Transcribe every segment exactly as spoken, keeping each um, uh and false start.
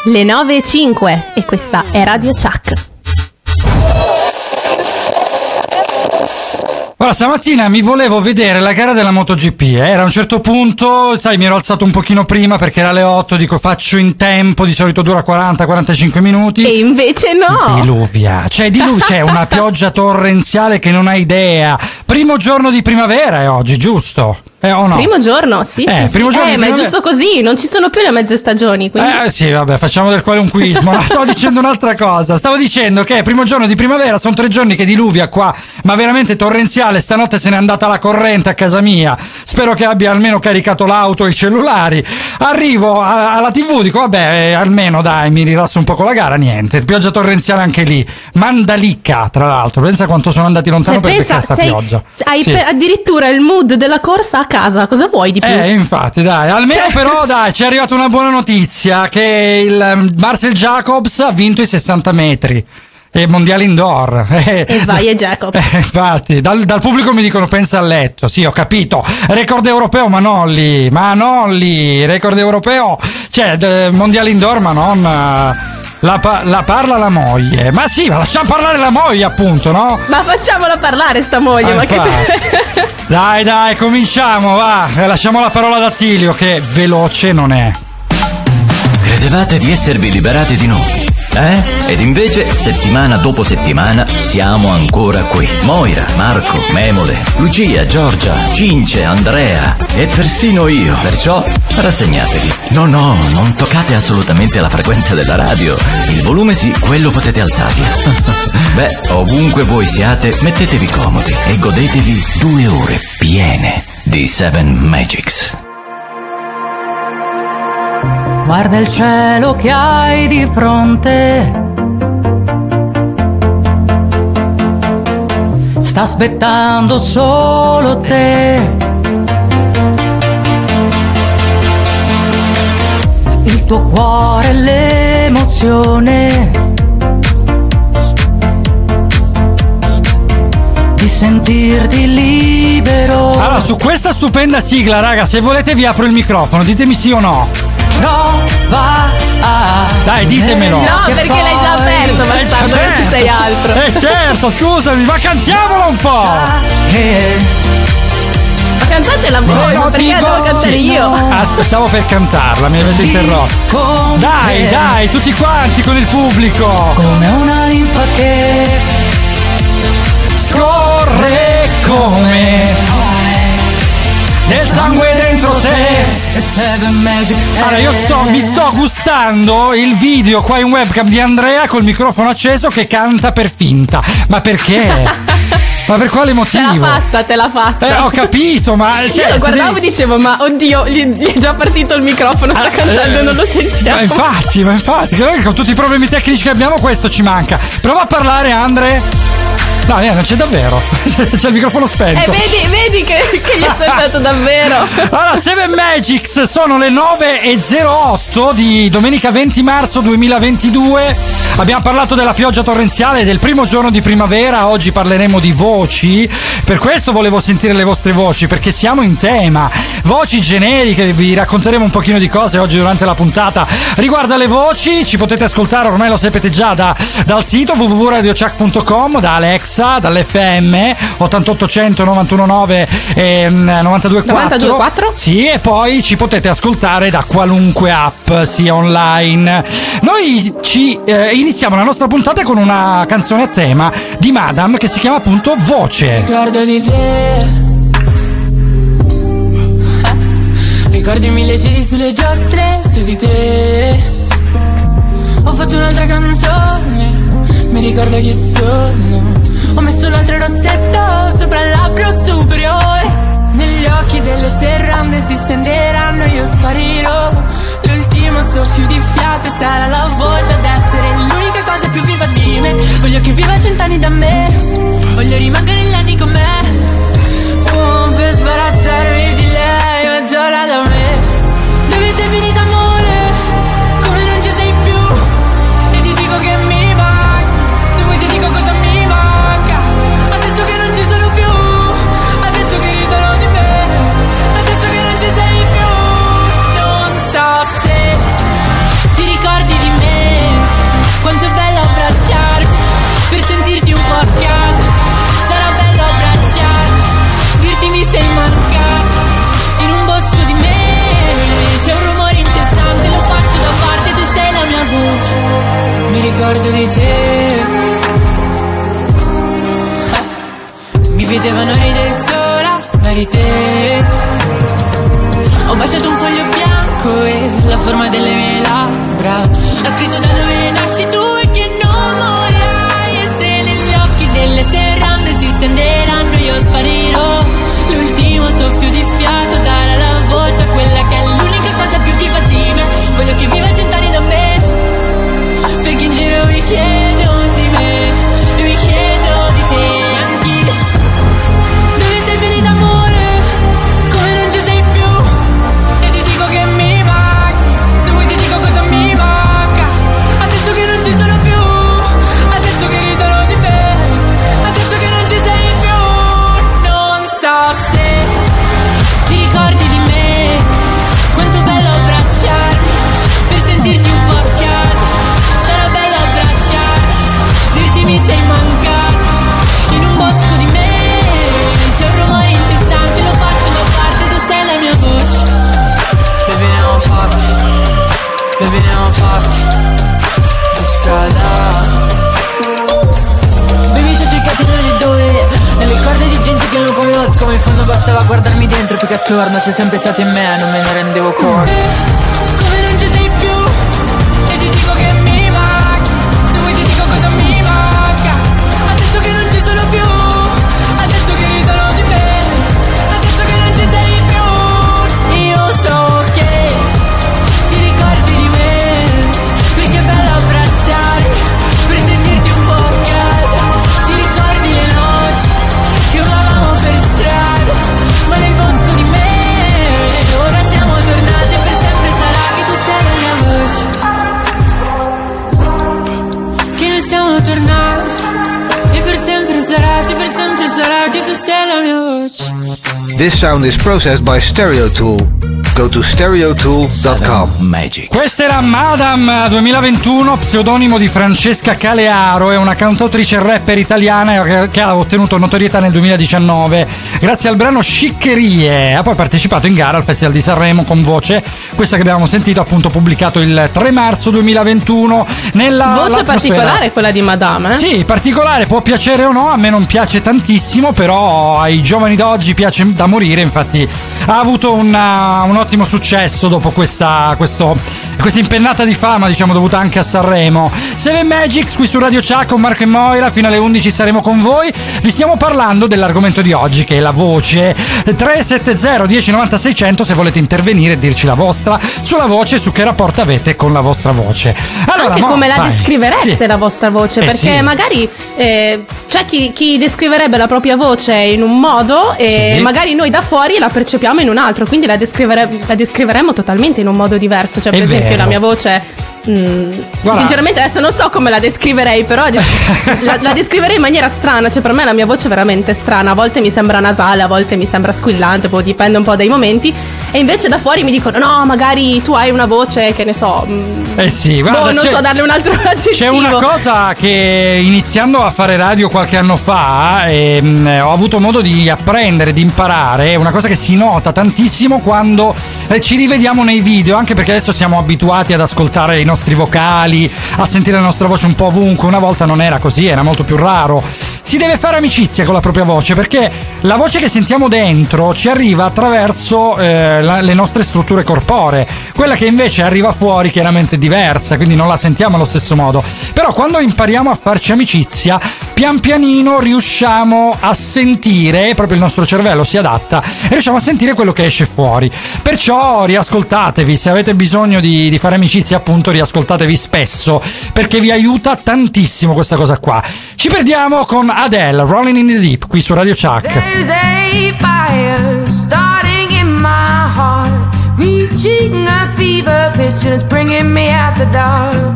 Le nove e cinque e questa è Radio Chuck. Ora, stamattina mi volevo vedere la gara della MotoGP, eh? Era a un certo punto, sai, mi ero alzato un pochino prima perché era alle otto, dico faccio in tempo, di solito dura quaranta quarantacinque minuti. E invece no! Diluvia, cioè diluvia, c'è una pioggia torrenziale che non hai idea. Primo giorno di primavera è oggi, giusto? Eh, o no? Primo giorno, sì, eh, sì, primo sì. Giorno Eh, ma è primavera. giusto così, non ci sono più le mezze stagioni, quindi... Eh sì, vabbè, facciamo del qualunquismo. Stavo dicendo un'altra cosa. Stavo dicendo che primo giorno di primavera, sono tre giorni che diluvia qua, ma veramente torrenziale. Stanotte se n'è andata la corrente a casa mia. Spero che abbia almeno caricato l'auto e i cellulari. Arrivo a- alla tivù, dico vabbè, eh, almeno dai, mi rilasso un po' con la gara. Niente, pioggia torrenziale anche lì. Mandalicca, tra l'altro. Pensa quanto sono andati lontano Cioè, per pensa, beccare sta sei- pioggia. hai Sì. per- addirittura il mood della corsa a casa, cosa vuoi di più? Eh, infatti, dai, almeno però, dai, ci è arrivata una buona notizia, che il um, Marcel Jacobs ha vinto i sessanta metri. E mondiale indoor. Eh, E vai e Jacobs. eh, infatti, dal, dal pubblico mi dicono pensa al letto. Sì, ho capito. Record europeo, ma non lì. Ma non lì. Record europeo, cioè, d- mondiale indoor, ma non. eh, La, pa- la parla la moglie. Ma sì, ma lasciamo parlare la moglie, appunto, no? Ma facciamola parlare sta moglie, Ah, ma che... Dai, dai, cominciamo, va. Eh, Lasciamo la parola ad Attilio, che veloce non è. Credevate di esservi liberati di noi, eh? Ed invece, settimana dopo settimana, siamo ancora qui. Moira, Marco, Memole, Lucia, Giorgia, Cince, Andrea e persino io. Perciò rassegnatevi. No, no, non toccate assolutamente la frequenza della radio. Il volume sì, quello potete alzarlo. Beh, ovunque voi siate, mettetevi comodi e godetevi due ore piene di Seven Magics. Guarda il cielo che hai di fronte, sta aspettando solo te. Il tuo cuore e l'emozione di sentirti libero. Allora, su questa stupenda sigla, raga, se volete vi apro il microfono, ditemi sì o no. Prova a... Dai, ditemelo. No, perché l'hai già aperto, Eh, bastardo, non ci sei altro. Eh certo, scusami, ma cantiamolo un po'. Che Ma cantate la voi, ma perché la devo cantare Sì. io? Aspetta, stavo per cantarla, mi avete interrotto. con Dai, te, dai, tutti quanti con il pubblico. come una linfa che Scorre come del sangue dentro te. Seven Magic Allora, io sto, mi sto gustando il video qua in webcam di Andrea col microfono acceso che canta per finta. Ma perché? Ma per quale Te motivo? l'ha fatta, te l'ha fatta. Eh, ho capito, ma cioè, Io lo se guardavo devi- e dicevo, ma oddio, gli, gli è già partito il microfono, sta Ah, cantando eh, e non lo sentiamo. Ma infatti, ma infatti, che noi con tutti i problemi tecnici che abbiamo questo ci manca. Prova a parlare, Andre. No, niente, non c'è davvero. C'è il microfono Eh, spento. vedi, vedi che, che gli è saltato davvero. Allora, Seven Magics, sono le nove e zero otto di domenica venti marzo duemilaventidue. Abbiamo parlato della pioggia torrenziale del primo giorno di primavera. Oggi parleremo di voci. Per questo volevo sentire le vostre voci, perché siamo in tema. Voci generiche, vi racconteremo un pochino di cose oggi durante la puntata. Riguardo alle voci, ci potete ascoltare, ormai lo sapete già, da, dal sito w w w punto radio chuck punto com, da Alexa, dall'F M ottantotto cento novantuno nove e novantadue novantadue quattro. quattro? Sì, e poi ci potete ascoltare da qualunque app, sia online. Noi ci eh, iniziamo la nostra puntata con una canzone a tema di Madame che si chiama appunto Voce. Ricordo di te. Ricordi mille giri sulle giostre su di te. Ho fatto un'altra canzone, mi ricordo chi sono. Ho messo un altro rossetto sopra il labbro superiore. Negli occhi delle serrande si stenderanno, io sparirò. L'ultimo soffio di fiato sarà la voce ad essere l'unica cosa più viva di me. Voglio che viva cent'anni da me, voglio rimanere gli anni con me. Fu per sbarazzarmi di lei, ma giorna da me. Dove sei finita amore? Come non ci sei più? E ti dico che mi manca, se vuoi ti dico cosa mi manca. Adesso che vedevano ridere sola, verité. Ho baciato un foglio bianco e la forma delle mie labbra ha scritto da dove nasci tu e che non morirai. E se negli occhi delle serrande si stenderanno io sparirò. L'ultimo soffio di fiato darà la voce a quella che è l'unica cosa più viva di me. Voglio che viva cent'anni da me, perché in giro mi chiedo di me e mi chiedo di te anche. Dove sei finita amore? Come non ci sei più? E ti dico che mi manchi, se vuoi ti dico cosa mi manca. Adesso che non ci sono più, adesso che ridono di me, adesso che non ci sei più. Non so se ti ricordi di me, quanto bello abbracciarmi per sentirti un po' a casa. Sarà bello abbracciarti, dirti mi sei mancato in un bosco di me. C'è un rumore incessante, lo faccio da parte, tu sei la mia voce. Baby ne ho fatti, baby ne ho fatti di strada. Baby ci ho cercati non ogni dove, nelle corde di gente che non conosco, ma in fondo bastava guardarmi dentro più che attorno. Sei sempre stato in me, non me ne rendevo conto. Come non ci sei più, e ti dico che mi manchi, se vuoi ti dico cosa mi manca. Adesso che non ci sono più, adesso che ridono di me, adesso che non ci sei più. Io so che ti ricordi di me, perché è bello abbracciarmi per sentirti un po' a casa. Ti ricordi le notti che urlavamo per strada, ma nel bosco di me. Ora siamo tornati e per sempre sarà che tu sei la mia voce. Che noi siamo tornati e per sempre sarà, sì per sempre sarà che tu sei la mia voce. This sound is processed by Stereo Tool. Go to stereo tool dot com. Magic. Questa era Madame duemilaventuno, pseudonimo di Francesca Calearo, è una cantautrice rapper italiana che ha ottenuto notorietà nel duemiladiciannove grazie al brano Sciccherie. Ha poi partecipato in gara al Festival di Sanremo con Voce, questa che abbiamo sentito appunto pubblicato il tre marzo duemilaventuno. Nella voce particolare quella di Madame, eh? Sì, particolare, può piacere o no, a me non piace tantissimo, però ai giovani d'oggi piace da morire, infatti ha avuto una, un ottimo successo dopo questa questo, questa impennata di fama, diciamo, dovuta anche a Sanremo. Seven Magics qui su Radio Chuck con Marco e Moira, fino alle undici saremo con voi. Vi stiamo parlando dell'argomento di oggi, che è la voce. Tre sette zero uno zero nove zero sei zero zero se volete intervenire e dirci la vostra sulla voce, su che rapporto avete con la vostra voce. Allora, anche mo, come la vai. descrivereste Sì. la vostra voce, Eh, perché sì. magari eh, c'è chi, chi descriverebbe la propria voce in un modo e Sì. magari noi da fuori la percepiamo in un altro, quindi la, descrivere- la descriveremo totalmente in un modo diverso. Cioè, per È esempio, vero. la mia voce. Mm, Guarda. sinceramente adesso non so come la descriverei, però la, la descriverei in maniera strana. Cioè, per me la mia voce è veramente strana. A volte mi sembra nasale, a volte mi sembra squillante, poi dipende un po' dai momenti. E invece da fuori mi dicono: no, magari tu hai una voce che ne so. mm, Eh sì, guarda, boh, non c'è- so darle un altro aggettivo. C'è una cosa che iniziando a fare radio qualche anno fa ehm, ho avuto modo di apprendere, di imparare, una cosa che si nota tantissimo quando eh, ci rivediamo nei video, anche perché adesso siamo abituati ad ascoltare i nostri vocali, a sentire la nostra voce un po' ovunque. Una volta non era così, era molto più raro. Si deve fare amicizia con la propria voce, perché la voce che sentiamo dentro ci arriva attraverso eh, la- le nostre strutture corporee. Quella che invece arriva fuori chiaramente è diversa, quindi non la sentiamo allo stesso modo. Però quando impariamo a farci amicizia, pian pianino riusciamo a sentire, proprio il nostro cervello si adatta e riusciamo a sentire quello che esce fuori. Perciò riascoltatevi, se avete bisogno di, di fare amicizia, appunto, riascoltatevi spesso, perché vi aiuta tantissimo questa cosa qua. Ci perdiamo con Adele, Rolling in the Deep, qui su Radio Chuck. There's a fire starting in my heart, reaching a fever pitch and it's bringing me out the dark.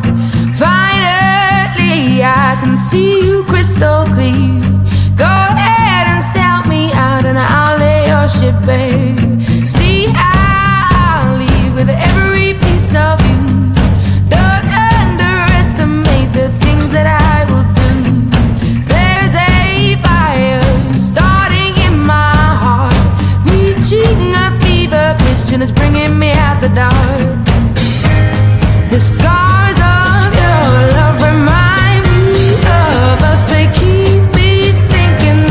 Finally I can see you crystal clear. Go ahead and sell me out and I'll lay your ship bare. See, I'll leave with every piece of you. Don't underestimate the things that I will do. There's a fire starting in my heart, reaching a fever pitch and it's bringing me out the dark. The scars of your love remind me of us. They keep me thinking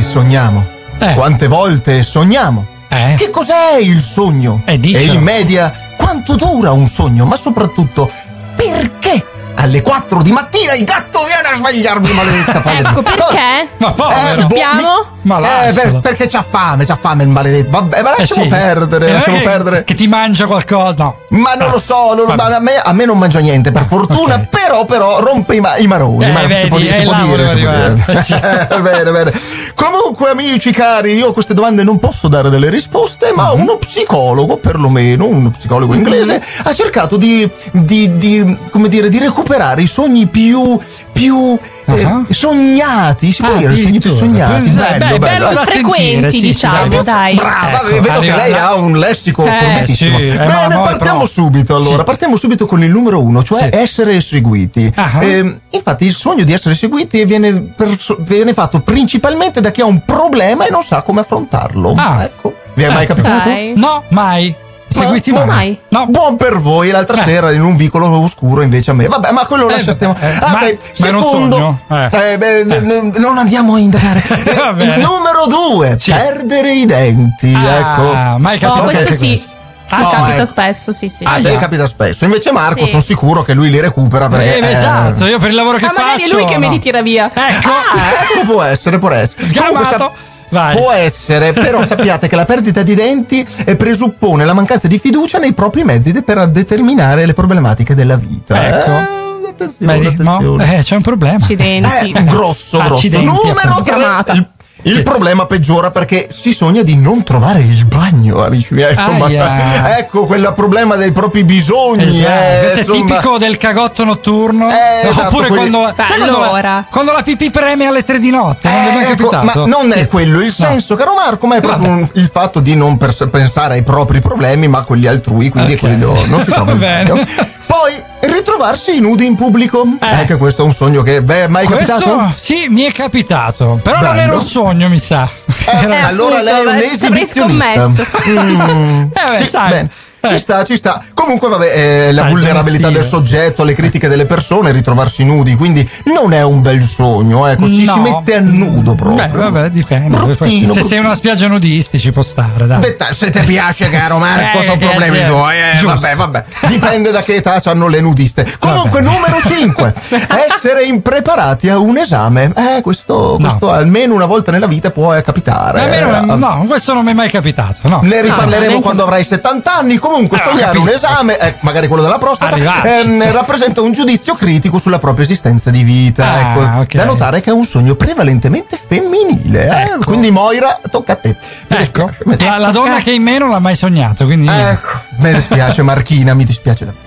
sogniamo. Eh. Quante volte sogniamo? Eh. Che cos'è il sogno? Eh, e dicelo. in media quanto dura un sogno? Ma soprattutto perché alle quattro di mattina il gatto viene a svegliarmi, maledetta palle. Ecco perché? Ma Lo povero. sappiamo? mi- Ma Eh, lascialo. per- perché c'ha fame, c'ha fame il maledetto. Vabbè, ma Eh lasciamo sì. perdere, Eh, non è lasciamo che, perdere. che ti mangia qualcosa, no. Ma non lo so, non- Vabbè. ma a, me, a me non mangia niente, per fortuna, ok. però, però rompe i, ma- i maroni. Eh, ma vedi, si può, di- eh, si può là dire, volevo si può arrivare. dire. Eh, sì. Eh, bene, bene. Comunque, amici cari, io a queste domande non posso dare delle risposte, ma Mhm. uno psicologo, perlomeno, uno psicologo inglese, ha cercato di, di, di, come dire, di recuperare i sogni più, più eh, Ah. sognati, si può Ah, dire, i sogni più addirittura. sognati. Beh, Bello, beh, bello. bello da frequenti, sentire, sì, sì, diciamo, dai. dai. Brava, Ecco, vedo arriva che lei là. ha un lessico Eh, completissimo. sì, eh, Bene, ma noi partiamo però- subito allora, Sì. partiamo subito con il numero uno, cioè Sì. essere seguiti. Ah. Ehm, infatti il sogno di essere seguiti viene, perso- viene fatto principalmente da chi ha un problema e non sa come affrontarlo. Ah. Ecco. Vi è mai Ecco. capitato? Ok. No, mai. Seguiti Ma- mai. mai. No. Buon per voi, l'altra Eh. sera in un vicolo oscuro invece a me. Vabbè, ma quello Eh, lascia stiamo. eh, Ah, ma- ok, ma era un secondo. sogno? Eh. Eh, beh, Eh. n- non andiamo a indagare. Eh, Va bene. numero due, Sì. perdere i denti. ecco. Ah, mai Oh, capito Ok. questo anche sì. questo. Mi No, capita ecco. spesso, sì, sì. A Ah, te yeah. capita spesso. Invece Marco Sì. sono sicuro che lui li recupera perché. Eh, esatto, io per il lavoro che Ma magari è faccio. lui che me no. li tira via. Ecco. Ah, ecco, può essere, può essere. Comunque, Sgamato. sap- Vai. Può essere, però sappiate che la perdita di denti eh, presuppone la mancanza di fiducia nei propri mezzi de- per determinare le problematiche della vita. Ecco. Eh, attenzione, Vedi, no? attenzione. Eh, c'è un problema. Accidenti. Eh, grosso, grosso. Accidenti, Numero appunto. tre. Sgamata. Il, il Sì. problema peggiora perché si sogna di non trovare il bagno, amici miei. Ecco, ma- Aia. ecco quel problema dei propri bisogni. Esatto, eh, questo è insomma. tipico del cagotto notturno. Eh, esatto, Oppure quelli- quando, Beh, sai quando, la, allora. quando la pipì preme alle tre di notte. non vi è mai Eh, ecco, capitato? ma non Sì. è quello il No. senso, caro Marco, ma è proprio Vabbè. un- il fatto di non pers- pensare ai propri problemi, ma a quelli altrui, quindi Ok. quelli no- non si trova il Bene. bagno. Poi ritrovarsi nudi in pubblico. Eh. Anche questo è un sogno che, beh, mai Questo capitato? sì, mi è capitato. Però non Bello. era un sogno, mi sa. Eh, Era- allora lei è un appunto, ci avrei esibizionista. scommesso. Mm. Eh, beh, Sì, sai. bene. Eh. Ci sta, ci sta. Comunque, vabbè, eh, la Sai, vulnerabilità sono del stile. soggetto, le critiche delle persone, ritrovarsi nudi, quindi non è un bel sogno, ecco, ci No. si mette a nudo proprio. Beh, vabbè, dipende. Bruttino, Se bruttino. sei una spiaggia nudisti ci può stare, dai. Detta- se ti piace, caro Marco, Eh, sono che problemi sì. tuoi. Eh, Giusto. vabbè, vabbè. Dipende da che età hanno le nudiste. Comunque, Vabbè. numero cinque. Essere impreparati a un esame. Eh, questo, No. questo almeno una volta nella vita può eh, capitare. Almeno, Eh, no, questo non mi è mai capitato. No. Ne riparleremo neanche quando avrai settanta anni. Comunque, Ah, ho sognare un capito. esame, eh, magari quello della prostata, Arrivarci. ehm, rappresenta un giudizio critico sulla propria esistenza di vita. Ah, ecco, ok. da notare che è un sogno prevalentemente femminile. eh. Ecco. Quindi, Moira, tocca a te. Mi Ecco, dispiace, mi- la, la donna che in me non l'ha mai sognato, quindi Ecco, mi dispiace Marchina, mi dispiace davvero.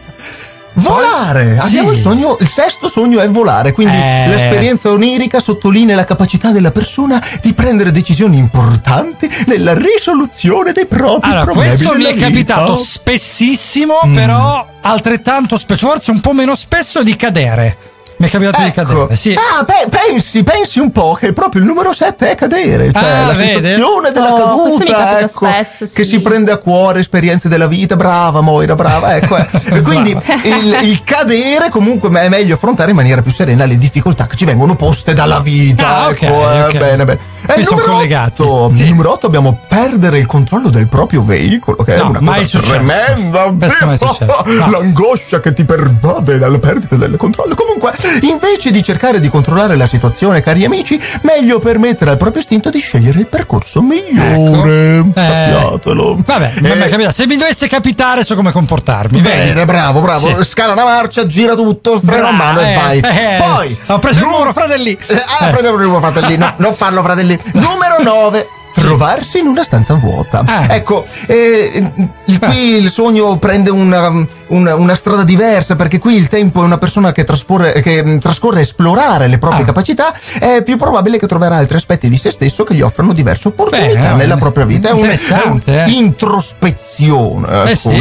Volare! Sì. Abbiamo il sogno, il sesto sogno è volare, quindi Eh. l'esperienza onirica sottolinea la capacità della persona di prendere decisioni importanti nella risoluzione dei propri allora, problemi. questo mi della è vita. capitato spessissimo, Mm. però altrettanto spesso, forse un po' meno spesso di cadere. Mi è capitato di Ecco. cadere, sì. Ah, beh, pensi, pensi un po' che proprio il numero sette è cadere, cioè Ah, la vede? sensazione della Oh, questo mi caduta, capita ecco, spesso, sì. che si prende a cuore esperienze della vita, brava Moira, brava, ecco. eh. E quindi il, il cadere comunque è meglio affrontare in maniera più serena le difficoltà che ci vengono poste dalla vita, Ah, ok, ecco, eh, ok. bene, bene. E Qui il sono numero collegati. otto, Sì. numero otto abbiamo perdere il controllo del proprio veicolo, che è No, una mai cosa successo. tremenda. Questo mai successo. No. L'angoscia che ti pervade dalla perdita del controllo. Comunque, invece di cercare di controllare la situazione, cari amici, meglio permettere al proprio istinto di scegliere il percorso migliore. Ecco. Eh, Sappiatelo. Vabbè, non Eh, mi è capitato. Se mi dovesse capitare, so come comportarmi. Bene, vedi? bravo, bravo. Sì. Scala una marcia, gira tutto, freno a Bravo, mano e eh, vai. eh, Poi ho preso il nu- muro, fratelli. Eh, ah, Eh. preso il muro, fratelli. No, non farlo, fratelli. Numero nove. Trovarsi in una stanza vuota. Ah. Ecco, eh, il- qui il sogno prende una, una, una strada diversa, perché qui il tempo è una persona che, trasporre, che mh, trascorre a esplorare le proprie Ah. capacità. È più probabile che troverà altri aspetti di se stesso che gli offrono diverse opportunità Bene, nella bene. propria vita. È un- Interessante, è eh. un'introspezione. Eh Ecco, sì. una,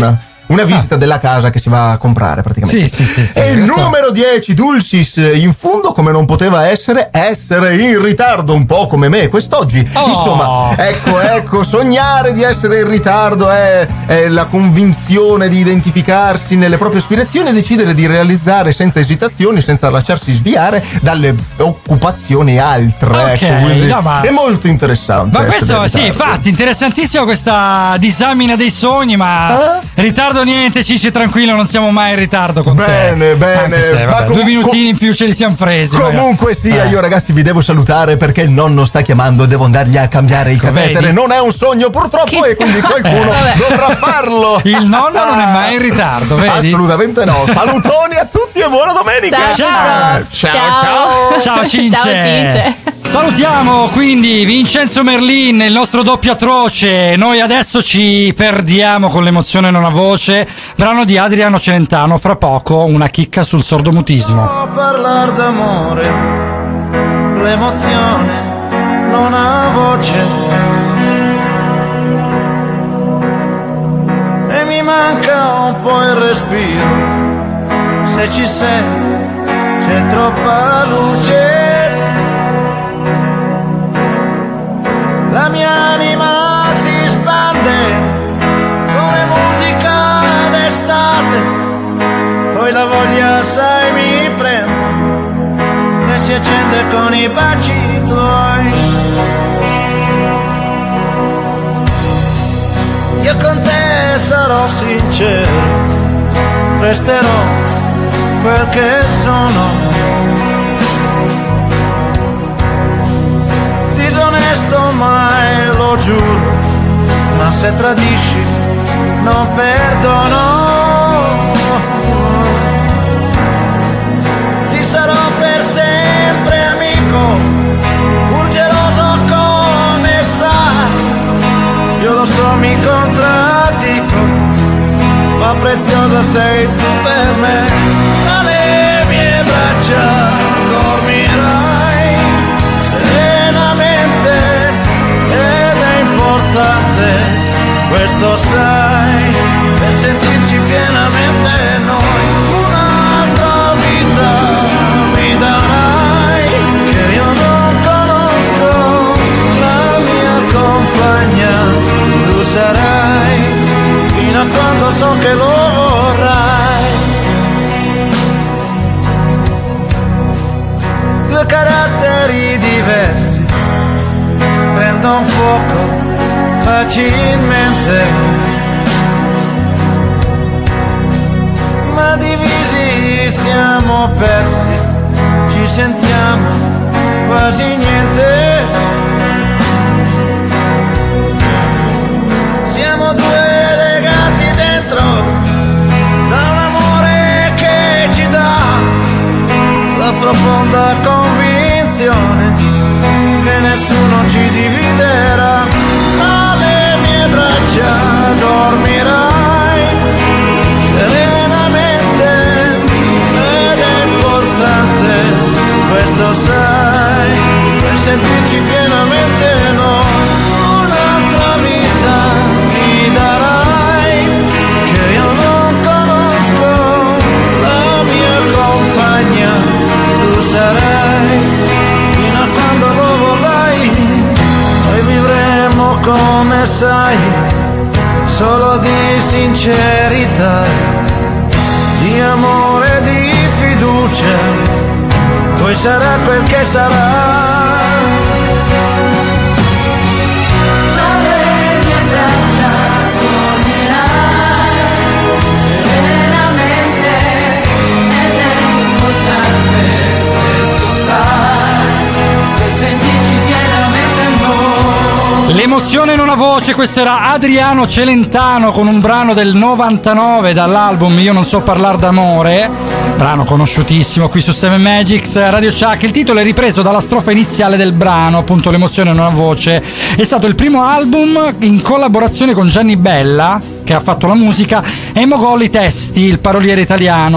una visita ah. della casa che si va a comprare praticamente. Sì, sì, sì, sì, e il numero dieci, Dulcis, in fondo come non poteva essere, essere in ritardo un po' come me quest'oggi. Oh. Insomma, ecco, ecco, sognare di essere in ritardo è, è la convinzione di identificarsi nelle proprie aspirazioni e decidere di realizzare senza esitazioni, senza lasciarsi sviare dalle occupazioni altre. Okay, ecco, quindi no, ma... è molto interessante. Ma questo sì, infatti, interessantissimo questa disamina dei sogni, ma eh? ritardo niente, Cicci, tranquillo, non siamo mai in ritardo con bene, te. Bene, se, vabbè, com- due minutini com- in più ce li siamo presi. Comunque magari. sia, eh. io ragazzi vi devo salutare perché il nonno sta chiamando e devo andargli a cambiare ecco, i caveteri. Non è un sogno purtroppo che e quindi qualcuno eh. dovrà farlo. Il nonno non è mai in ritardo, vedi? Assolutamente no. Salutoni a tutti e buona domenica. Ciao. Ciao, ciao. Ciao Cince. Ciao Cince. Salutiamo quindi Vincenzo Merlin, il nostro doppio atroce. Noi adesso ci perdiamo con l'emozione non ha voce, brano di Adriano Celentano, fra poco una chicca sul sordomutismo. So parlare d'amore, l'emozione non ha voce e mi manca un po' il respiro, se ci sei c'è troppa luce. La mia anima si espande come musica d'estate, poi la voglia sai mi prende e si accende con i baci tuoi. Io con te sarò sincero, resterò quel che sono. Disonesto mai, lo giuro, ma se tradisci non perdono. Ti sarò per sempre amico, pur geloso come sai. Io lo so, mi contraddico, ma preziosa sei tu per me. Tra le mie braccia dormirai serenamente ed è importante, questo sai, per sentirci pienamente noi. Un'altra vita mi darai che io non conosco, la mia compagna tu sarai, fino a quando so che lo vorrai. Due caratteri diversi prendono fuoco facilmente, ma divisi siamo persi, ci sentiamo quasi niente. Siamo due legati dentro da un amore che ci dà la profonda convinzione che nessuno ci dividerà. Alle mie braccia dormirai serenamente ed è importante, questo sai, per sentirci pienamente noi. Un'altra vita mi darai che io non conosco, la mia compagna tu sarai, fino a quando lo vorrai. Noi vivremo come sai, solo di sincerità, di amore, di fiducia, poi sarà quel che sarà. L'emozione non ha voce, questo era Adriano Celentano con un brano del novantanove dall'album Io non so parlare d'amore, brano conosciutissimo qui su Seven Magics Radio Chuck. Il titolo è ripreso dalla strofa iniziale del brano, appunto l'emozione non ha voce. È stato il primo album in collaborazione con Gianni Bella, che ha fatto la musica, e Mogol i testi, il paroliere italiano.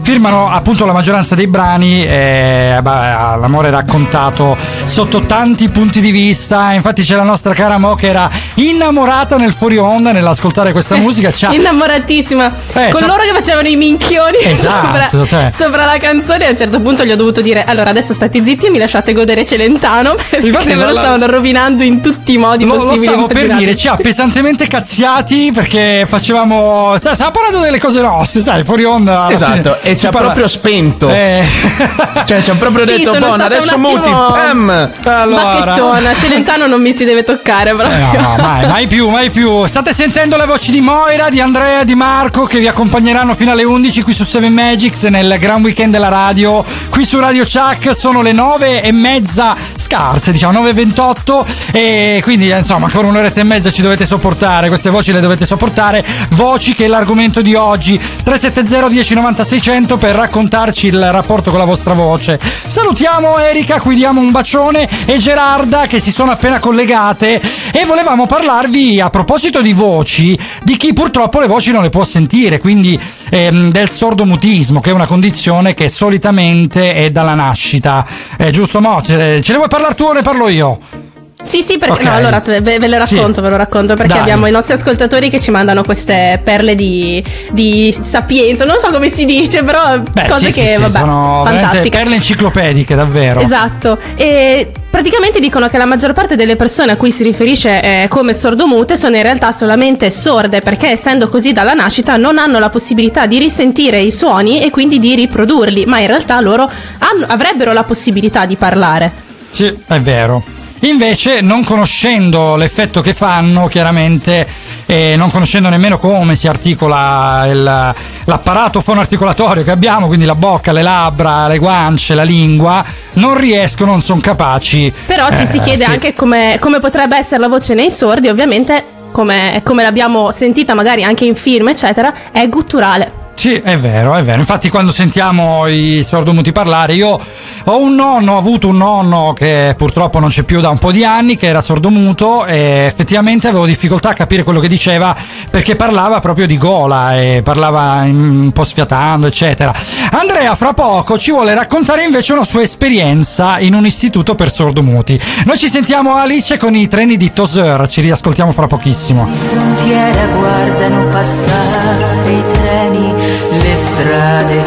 firmano appunto la maggioranza dei brani, eh, beh, l'amore raccontato sotto tanti punti di vista. Infatti c'è la nostra cara Mo che era innamorata nel fuori onda nell'ascoltare questa musica. C'ha... innamoratissima eh, con c'ha... loro che facevano i minchioni esatto, sopra, cioè. sopra la canzone. A un certo punto gli ho dovuto dire: allora adesso state zitti e mi lasciate godere Celentano, perché infatti, me lo la... stavano rovinando in tutti i modi lo, possibili. Lo stavo per dire, ci ha pesantemente cazziati perché facevamo, stiamo parlando delle cose nostre, sai, fuori onda. Esatto, e ci ha parla... proprio spento. Eh. Cioè ci ha proprio sì, detto buona, adesso attimo... muti, pam. Allora. Bacchettona, Celentano non mi si deve toccare proprio. Eh, no, no, mai, mai più, mai più. State sentendo le voci di Moira, di Andrea, di Marco che vi accompagneranno fino alle undici qui su Seven Magics nel Gran Weekend della radio. Qui su Radio Chuck sono le nove e mezza scarse, diciamo nove e ventotto, e quindi insomma ancora un'oretta e mezza ci dovete sopportare, queste voci le dovete sopportare, voci che è l'argomento di oggi. Tre sette zero uno zero nove sei zero zero per raccontarci il rapporto con la vostra voce. Salutiamo Erika, qui diamo un bacione, e Gerarda che si sono appena collegate, e volevamo parlarvi a proposito di voci di chi purtroppo le voci non le può sentire, quindi ehm, del sordomutismo, che è una condizione che solitamente è dalla nascita. Eh, giusto Mo? Ce, ce ne vuoi parlare tu o ne parlo io? Sì, sì, perché okay. no, allora ve, ve lo racconto, sì. ve lo racconto perché Dai. abbiamo i nostri ascoltatori che ci mandano queste perle di, di sapienza, non so come si dice, però Beh, cose sì, che sì, vabbè, sono veramente perle enciclopediche, davvero. Esatto. E praticamente dicono che la maggior parte delle persone a cui si riferisce eh, come sordomute sono in realtà solamente sorde, perché essendo così dalla nascita non hanno la possibilità di risentire i suoni e quindi di riprodurli, ma in realtà loro hanno, avrebbero la possibilità di parlare. Sì, è vero. Invece, non conoscendo l'effetto che fanno, chiaramente, e non conoscendo nemmeno come si articola il, l'apparato fonoarticolatorio che abbiamo, quindi la bocca, le labbra, le guance, la lingua, non riescono, non sono capaci. Però ci eh, si chiede sì. anche come, come potrebbe essere la voce nei sordi. Ovviamente, come, come l'abbiamo sentita magari anche in film, eccetera, è gutturale. Sì, è vero, è vero. Infatti quando sentiamo i sordomuti parlare, io ho un nonno, ho avuto un nonno che purtroppo non c'è più da un po' di anni, che era sordomuto, e effettivamente avevo difficoltà a capire quello che diceva perché parlava proprio di gola e parlava un po' sfiatando, eccetera. Andrea fra poco ci vuole raccontare invece una sua esperienza in un istituto per sordomuti. Noi ci sentiamo Alice con i treni di Tozeur, ci riascoltiamo fra pochissimo. Frontiera guardano passare i treni, le strade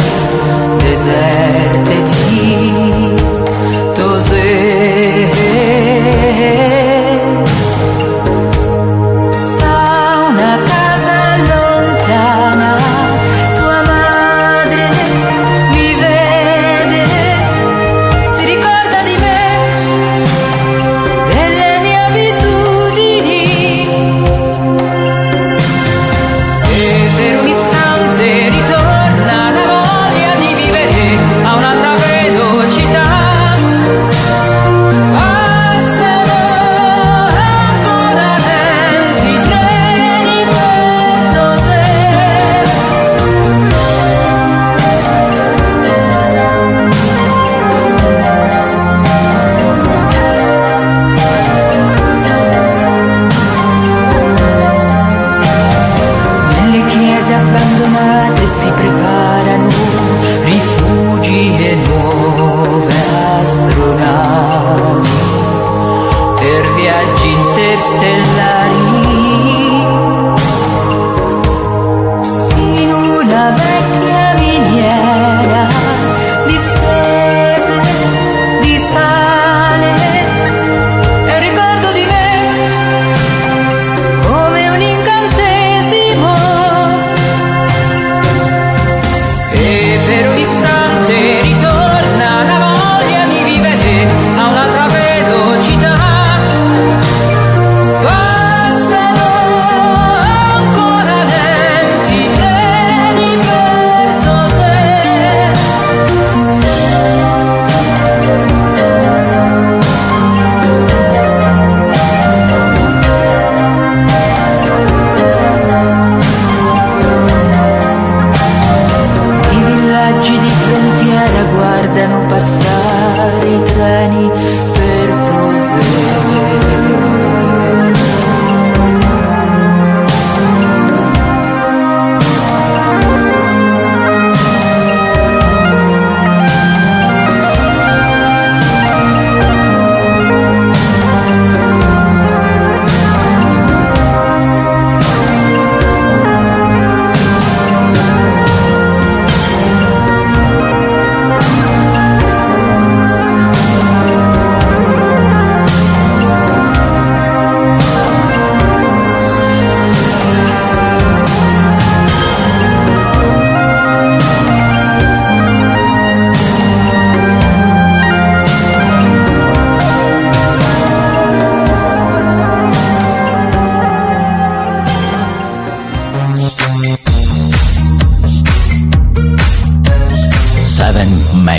deserte di Tozeur. Da una casa lontana tua madre mi vede, si ricorda di me, delle mie abitudini, e per un istante ritorna la voglia di vivere a un'altra velocità. Passano ancora lenti treni per Tozeur. Nelle chiese abbandonate si preparano rifugi e nuove astronavi per viaggi interstellari. In una vecchia miniera distese di sale, e ricordo di me come un incantesimo, e per un istante ritorna la voglia di vivere a un'altra velocità.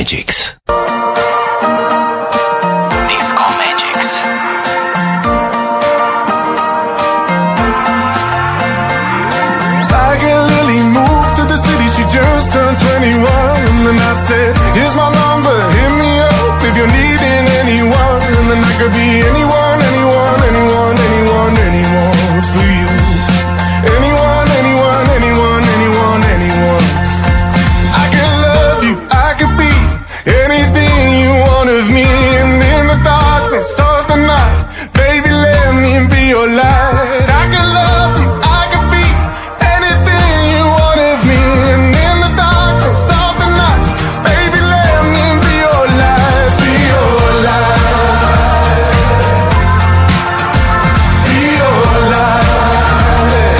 Magics. Disco Magics. Tiger Lily moved to the city, she just turned twenty-one. And then I said, here's my number, hit me up if you're needing anyone. And then I could be anyone, anyone, anyone, anyone, anyone for you. Anyone, anyone, anyone, anyone, anyone. I could love you, I could be anything you want of me. And in the darkness of the night, baby, let me be your light. I could love you, I could be anything you want of me. And in the darkness of the night, baby, let me be your light, be your light, be your light.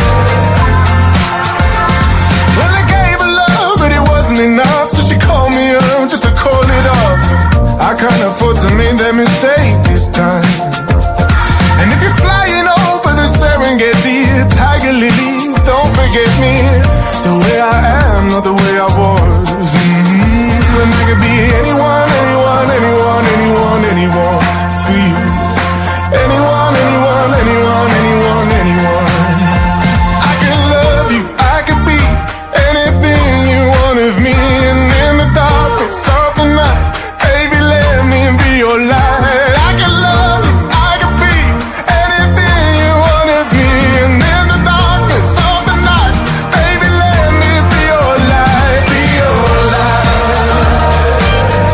Well, I gave her love, but it wasn't enough, so she called me up just to call it off. I can't afford to make that mistake this time. And if you're flying over the Serengeti, Tiger Lily, don't forget me. The way I am, not the way I was. Mm-hmm. And I could be anyone, anyone, anyone, anyone, anyone for you. Anyone, anyone, anyone, anyone, anyone. I could love you, I could be anything you want of me. And in the darkness of the night, baby, let me be your light. I could love you, I could be anything you want of me. And in the darkness of the night, baby, let me be your light, be your light,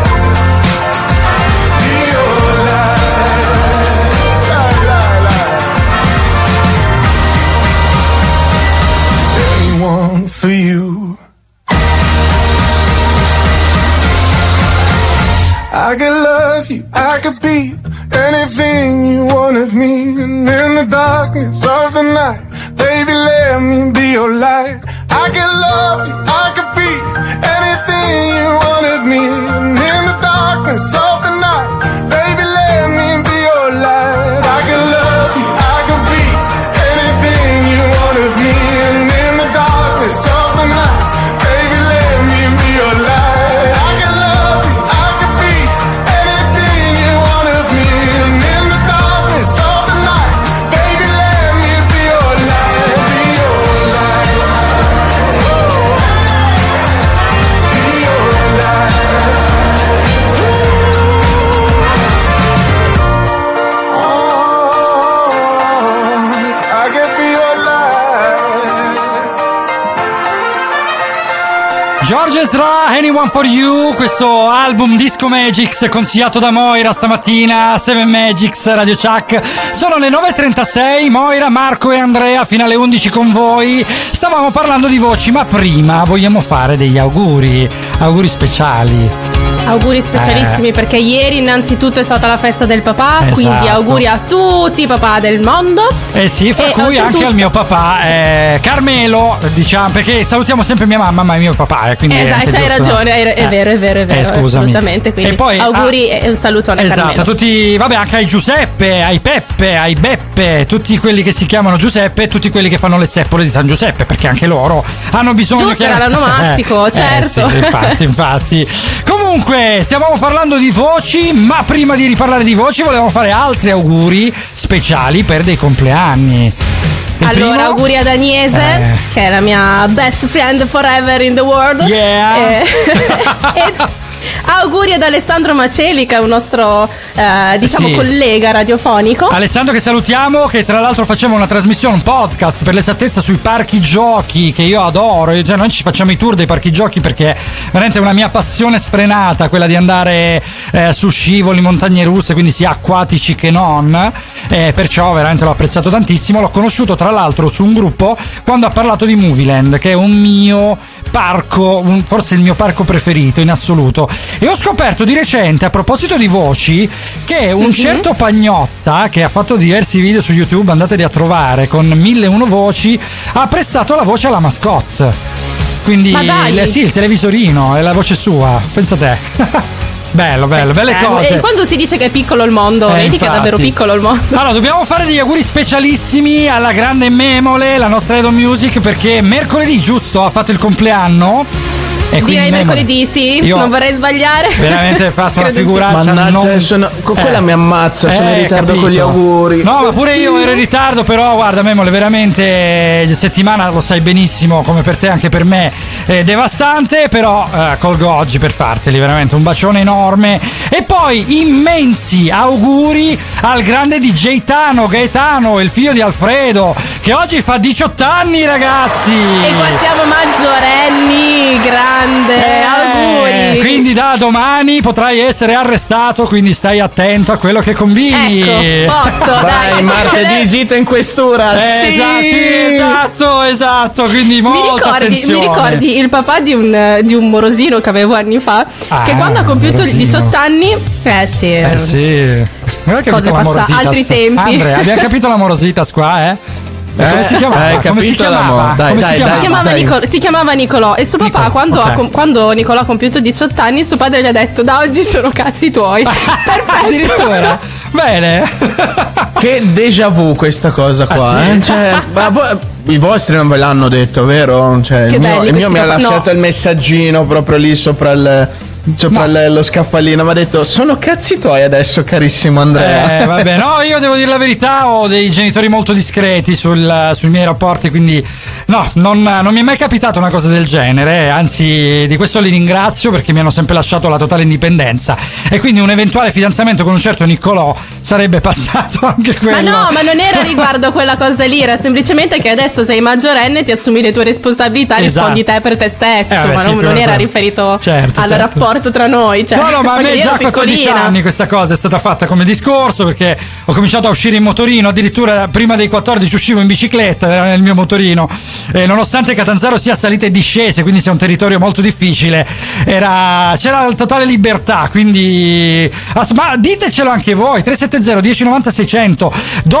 be your light, light, light, light. Anyone for you. I could love you, I could be anything you want of me. And in the darkness of the night, baby, let me be your light. I could love you, I could be anything you want of me. And in the darkness of the night, baby, let me be your light. I could love you, I could be anything you want of me. And in the darkness of the night, baby, let me be your light. I could love you, I could be anything you want of me. And in the darkness of the night, baby, let me be your light, be your light, oh, be your light, oh, I could be your light. George Ezra, Anyone for You, questo album Disco Magics consigliato da Moira stamattina, Seven Magics, Radio Chuck. Sono le nove e trentasei, Moira, Marco e Andrea fino alle undici con voi. Stavamo parlando di voci, ma prima vogliamo fare degli auguri, auguri speciali. Auguri specialissimi Eh. perché ieri innanzitutto è stata la festa del papà, Esatto. quindi auguri a tutti i papà del mondo. Eh sì, fra E cui anche oltretutto- al mio papà, eh, Carmelo, diciamo, perché salutiamo sempre mia mamma, ma è mio papà, eh, quindi è Esatto, anche c'hai giusto, no? ragione, è, è Eh. vero, è vero, è vero, Eh, scusami. assolutamente. Quindi E poi, auguri ah, e un saluto a Esatto, Carmelo. a tutti, vabbè, anche ai Giuseppe, ai Peppe, ai Beppe, tutti quelli che si chiamano Giuseppe, tutti quelli che fanno le zeppole di San Giuseppe, perché anche loro hanno bisogno Zucchero che all'onomastico, Eh, certo. sì, infatti, infatti. Comunque, stiamo parlando di voci, ma prima di riparlare di voci volevamo fare altri auguri speciali per dei compleanni. Il Allora, primo- auguri ad Agnese, Eh. che è la mia best friend forever in the world. Yeah. Eh, e auguri ad Alessandro Maceli, che è un nostro eh, diciamo Sì. collega radiofonico. Alessandro, che salutiamo, che tra l'altro faceva una trasmissione, un podcast per l'esattezza sui parchi giochi, che io adoro. Io- cioè, noi ci facciamo i tour dei parchi giochi perché veramente è una mia passione sfrenata, quella di andare eh, su scivoli, montagne russe, quindi sia acquatici che non, eh, perciò veramente l'ho apprezzato tantissimo. L'ho conosciuto tra l'altro su un gruppo quando ha parlato di Movieland, che è un mio parco, un- forse il mio parco preferito in assoluto. E ho scoperto di recente, a proposito di voci, che un Mhm. certo Pagnotta, che ha fatto diversi video su YouTube, andateli a trovare, con mille e uno voci, ha prestato la voce alla mascotte. Quindi Ma dai! il, sì, il televisorino è la voce sua, pensa te. Bello, bello, belle Eh, cose. E quando si dice che è piccolo il mondo, Eh, vedi che è infatti. davvero piccolo il mondo. Allora, dobbiamo fare degli auguri specialissimi alla grande Memole, la nostra Edo Music, perché mercoledì, giusto, ha fatto il compleanno. E quindi Direi Memole, mercoledì, sì, io non vorrei sbagliare. veramente hai fatto una Credo sì. figuraccia. Mannaggia, non... sono- con quella Eh. mi ammazza, sono in Eh, ritardo capito. con gli auguri. No, ma pure io ero in ritardo, però guarda Memole, veramente eh, settimana, lo sai benissimo, come per te anche per me, è devastante, però eh, colgo oggi per farteli veramente un bacione enorme e poi immensi auguri al grande D J Tano, Gaetano, il figlio di Alfredo, che oggi fa diciotto anni, ragazzi. E qua siamo maggiorenni, grande, Eh, auguri. Quindi da domani potrai essere arrestato, quindi stai attento a quello che combini. Ecco, posto, Vai, dai. martedì gita in questura. Eh, sì. esatto, sì, esatto, esatto, quindi Mi molta ricordi, attenzione. mi ricordi il papà di un, di un morosino che avevo anni fa, Ah, che quando ha compiuto i morosino. diciotto anni, eh sì, Eh sì. Non hai capito Cose la passa- morositas? altri tempi. Andre, abbiamo capito la morositas qua, eh? Eh, Come si chiamava? hai Come si capito chiamava? l'amore? Dai, Come dai, si dai. chiamava? si chiamava, dai. Nicol- si chiamava Nicolò e suo papà Nicolò, quando, ok. ha com- quando Nicolò ha compiuto diciotto anni suo padre gli ha detto da oggi sono cazzi tuoi. Perfetto. Addirittura. Bene. Che déjà vu questa cosa qua, Ah, sì? eh? Cioè, ma voi- i vostri non ve l'hanno detto, vero? Cioè, Che il mio, belli il mio questi mi ha papà- lasciato no. il messaggino proprio lì sopra il. Sopra No. il- lo scaffalino, mi ha detto: sono cazzi tuoi adesso, carissimo Andrea. Eh, vabbè, no, io devo dire la verità, ho dei genitori molto discreti sul- sui miei rapporti, quindi no, non, non mi è mai capitata una cosa del genere, eh, anzi di questo li ringrazio perché mi hanno sempre lasciato la totale indipendenza e quindi un eventuale fidanzamento con un certo Niccolò sarebbe passato anche Ma quello. no, ma non era riguardo a quella cosa lì, era semplicemente che adesso sei maggiorenne, ti assumi le tue responsabilità, Esatto. rispondi te per te stesso, Eh, vabbè, ma sì, non, quello- non era quello. riferito Certo, al certo. rapporto tra noi. Cioè, No, no, ma a perché me io già ero a quattordici piccolina. anni questa cosa è stata fatta come discorso perché ho cominciato a uscire in motorino, addirittura prima dei quattordici uscivo in bicicletta, era nel mio motorino, e nonostante Catanzaro sia salite e discese, quindi sia un territorio molto difficile, era, c'era totale libertà, quindi as- ma ditecelo anche voi, tre sette zero uno zero nove zero sei zero zero,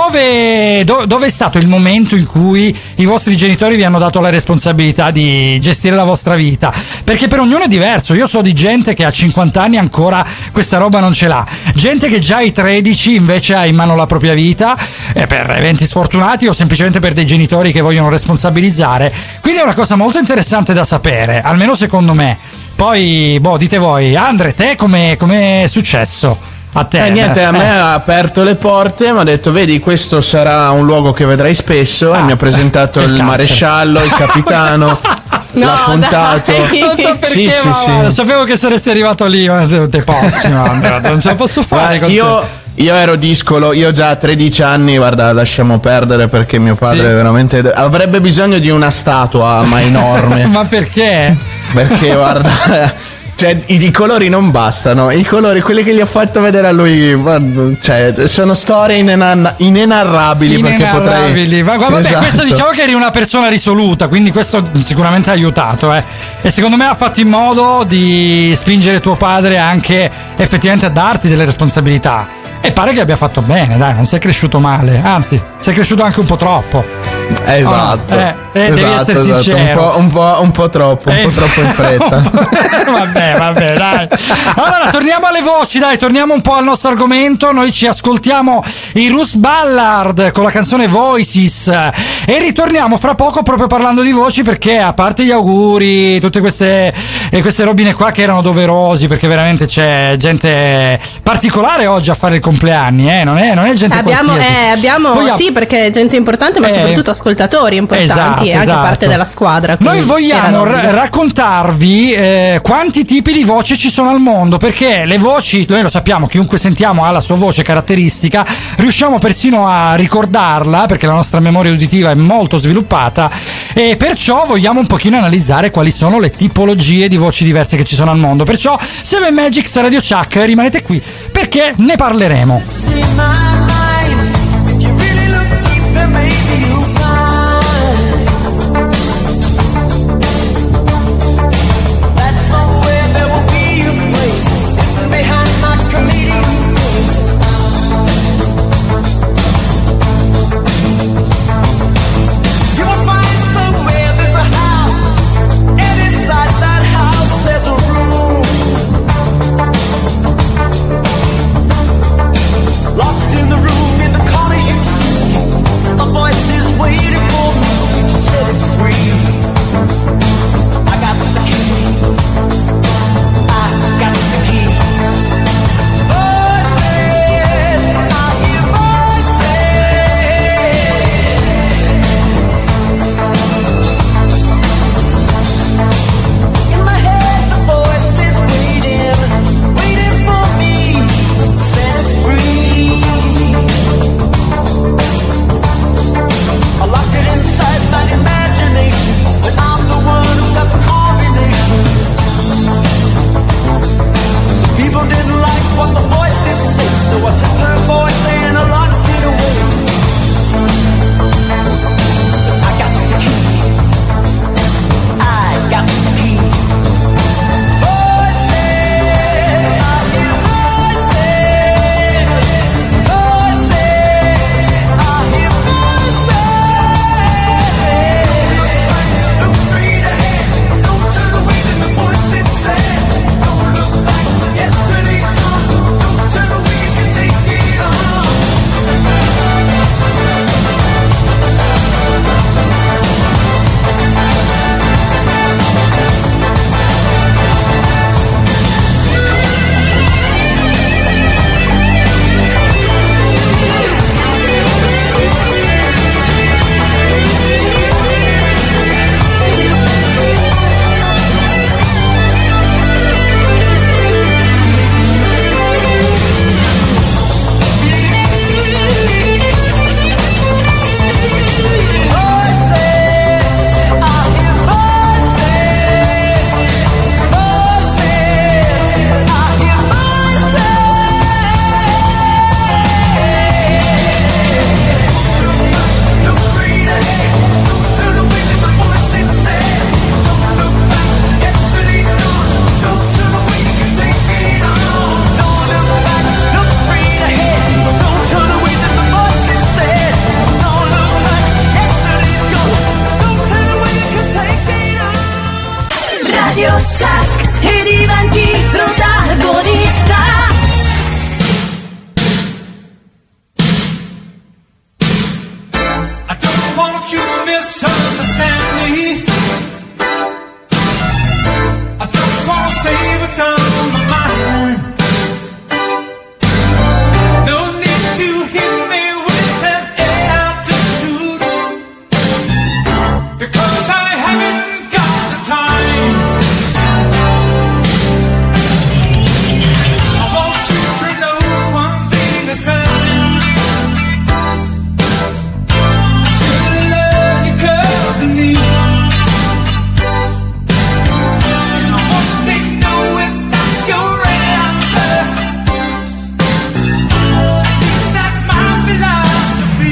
dove, do- dove è stato il momento in cui i vostri genitori vi hanno dato la responsabilità di gestire la vostra vita? Perché per ognuno è diverso, io so di gente che a cinquanta anni ancora questa roba non ce l'ha, gente che già ai tredici invece ha in mano la propria vita, eh, per eventi sfortunati o semplicemente per dei genitori che vogliono responsabilizzare, quindi è una cosa molto interessante da sapere, almeno secondo me. Poi, boh, dite voi, Andre, te come è successo? A te? Eh, niente, a me Eh. ha aperto le porte, mi ha detto: vedi, questo sarà un luogo che vedrai spesso. Ah, e mi ha presentato il il, carcere. maresciallo, il capitano. No, l'ha puntato. dai. Non so perché, Sì, sì, ma sì. guarda, sapevo che saresti arrivato lì, ma te posso, no, Andrea, non ce la posso fare Guarda, con io, te. io ero discolo, io già a tredici anni, guarda, lasciamo perdere perché mio padre Sì. veramente avrebbe bisogno di una statua, ma enorme. Ma perché? Perché guarda, cioè i, i colori non bastano, i colori, quelli che gli ho fatto vedere a lui, guarda, cioè, sono storie inenarra- inenarrabili. Perché Inenarrabili. potrei... Ma guarda, vabbè, Esatto. questo diciamo che eri una persona risoluta, quindi questo sicuramente ha aiutato, eh. E secondo me ha fatto in modo di spingere tuo padre anche effettivamente a darti delle responsabilità. E pare che abbia fatto bene, dai, non sei cresciuto male, anzi, sei cresciuto anche un po' troppo. Esatto, Oh, eh, eh, devi esatto, essere esatto. sincero. Un po', un po', un po' troppo, un Eh, po' troppo in fretta. vabbè, vabbè, dai. Allora, torniamo alle voci, dai, torniamo un po' al nostro argomento. Noi ci ascoltiamo i Russ Ballard con la canzone Voices e ritorniamo fra poco proprio parlando di voci, perché a parte gli auguri, tutte queste, eh, queste robine qua che erano doverosi, perché veramente c'è gente particolare oggi a fare il compleanni, eh, non è, non è gente Abbiamo, qualsiasi. eh, abbiamo Vogliamo- sì, perché gente importante, ma Eh, soprattutto ascoltatori importanti esatto, e anche esatto. parte della squadra. Noi quindi vogliamo era ra- d'obbligo. raccontarvi eh, quanti tipi di voci ci sono al mondo, perché le voci, noi lo sappiamo, chiunque sentiamo ha la sua voce caratteristica, riusciamo persino a ricordarla perché la nostra memoria uditiva è molto sviluppata e perciò vogliamo un pochino analizzare quali sono le tipologie di voci diverse che ci sono al mondo. Perciò Seven Magics Radio Chuck, rimanete qui perché ne parleremo. Locked in the room, in the corner you see, a voice is Radio Chuck e diventi protagonista. I don't want you to misunderstand me. I just want to say what's on my mind. No need to hit me with an attitude, because I haven't got the time. I want you to know one thing that's certain. I truly love your company, and I won't take no if that's your answer. At least that's my philosophy.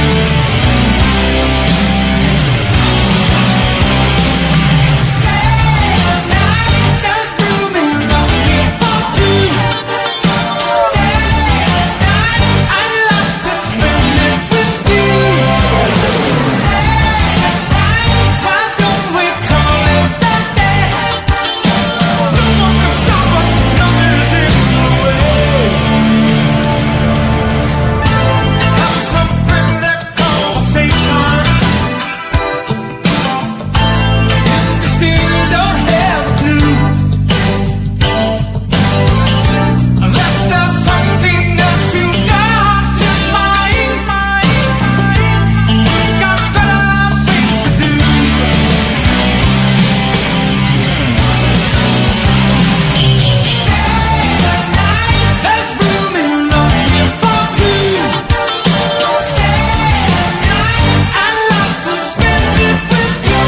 Stay the night, just rooming up here for two. Stay the night, I'd like to spend it with you. Stay the night, why don't we call it that day? No one can stop us, nothing is in the way. Have some friendly conversation. If you still don't have a clue, unless there's something else you got in mind, we've got better things to do. Stay the night, there's room enough here for two. Stay the night, I'd like to spend it with you.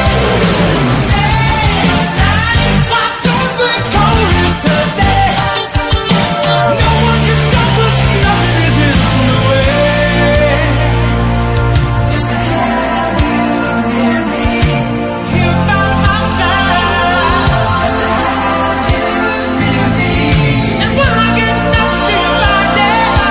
Stay the night, why don't we call it today? No one can stop us, nothing is in the way. Just to have you near me, here by my side. Just to have you near me, and when I get next to your body,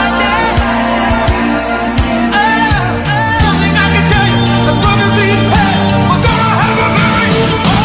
oh, one thing I can tell you, I'm gonna be hey, we're gonna have a very good time.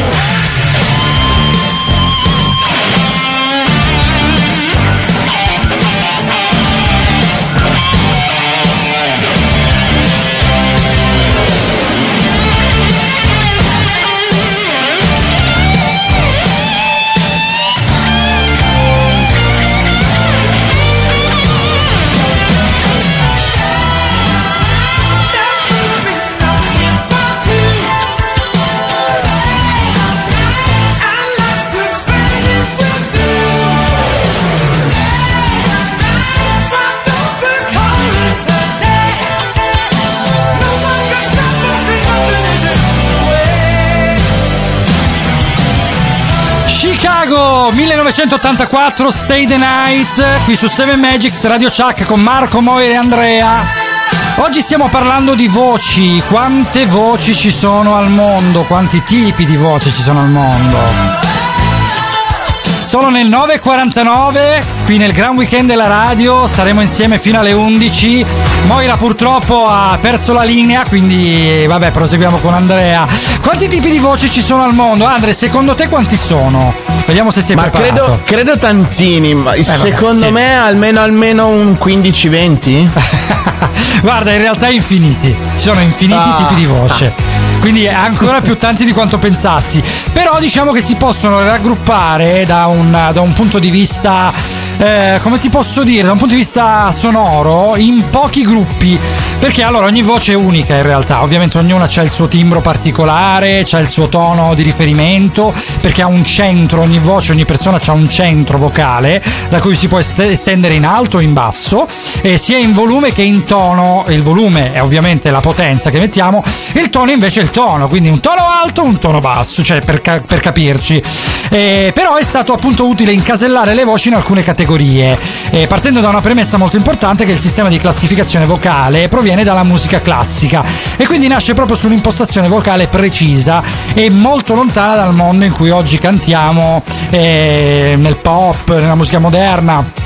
Chicago millenovecentottantaquattro, Stay the Night, qui su Seven Magics Radio Chuck con Marco, Moira e Andrea. Oggi stiamo parlando di voci. Quante voci ci sono al mondo? Quanti tipi di voci ci sono al mondo? Solo nel nove e quarantanove, qui nel Gran Weekend della radio, staremo insieme fino alle undici. Moira purtroppo ha perso la linea, quindi vabbè, proseguiamo con Andrea. Quanti tipi di voci ci sono al mondo? Andre, secondo te quanti sono? Vediamo se sei ma preparato. credo, credo tantini, ma eh, secondo vabbè, sì. me almeno almeno un quindici venti. Guarda, in realtà infiniti. Ci sono infiniti ah. tipi di voce. Quindi ancora più tanti di quanto pensassi. Però diciamo che si possono raggruppare da un, da un punto di vista, eh, come ti posso dire, da un punto di vista sonoro, in pochi gruppi. Perché allora ogni voce è unica in realtà. Ovviamente ognuna c'ha il suo timbro particolare, c'ha il suo tono di riferimento, perché ha un centro, ogni voce, ogni persona c'ha un centro vocale da cui si può estendere in alto o in basso, e sia in volume che in tono. Il volume è ovviamente la potenza che mettiamo, il tono invece è il tono, quindi un tono alto, un tono basso, cioè per, ca- per capirci. Eh, però è stato appunto utile incasellare le voci in alcune categorie, eh, partendo da una premessa molto importante, che il sistema di classificazione vocale proviene dalla musica classica e quindi nasce proprio su un'impostazione vocale precisa e molto lontana dal mondo in cui oggi cantiamo, eh, nel pop, nella musica moderna.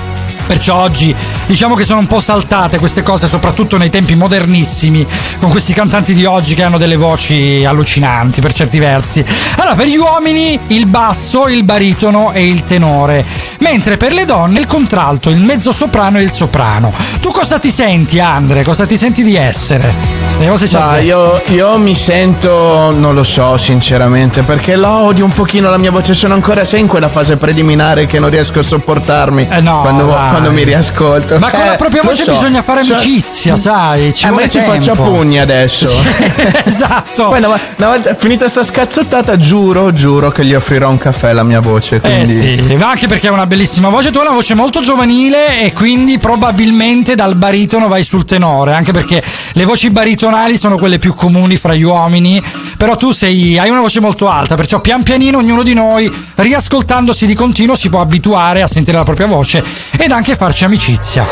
Perciò oggi diciamo che sono un po' saltate queste cose, soprattutto nei tempi modernissimi, con questi cantanti di oggi che hanno delle voci allucinanti per certi versi. Allora, per gli uomini il basso, il baritono e il tenore, mentre per le donne il contralto, il mezzosoprano e il soprano. Tu cosa ti senti, Andre? Cosa ti senti di essere? Ah, io, io mi sento, non lo so sinceramente, perché la odio un pochino la mia voce, sono ancora sei in quella fase preliminare che non riesco a sopportarmi eh no, quando, quando mi riascolto. Ma con eh, la propria voce so. bisogna fare so, amicizia, sai, ci eh, vuole ma ci tempo. faccio a pugni adesso. Esatto. Poi una, una volta finita sta scazzottata, giuro, giuro che gli offrirò un caffè alla mia voce, quindi... Eh sì, ma anche perché è una bellissima voce, tu hai una voce molto giovanile e quindi probabilmente dal baritono vai sul tenore, anche perché le voci baritonali sono quelle più comuni fra gli uomini, però tu sei, hai una voce molto alta, perciò pian pianino ognuno di noi, riascoltandosi di continuo, si può abituare a sentire la propria voce ed anche farci amicizia.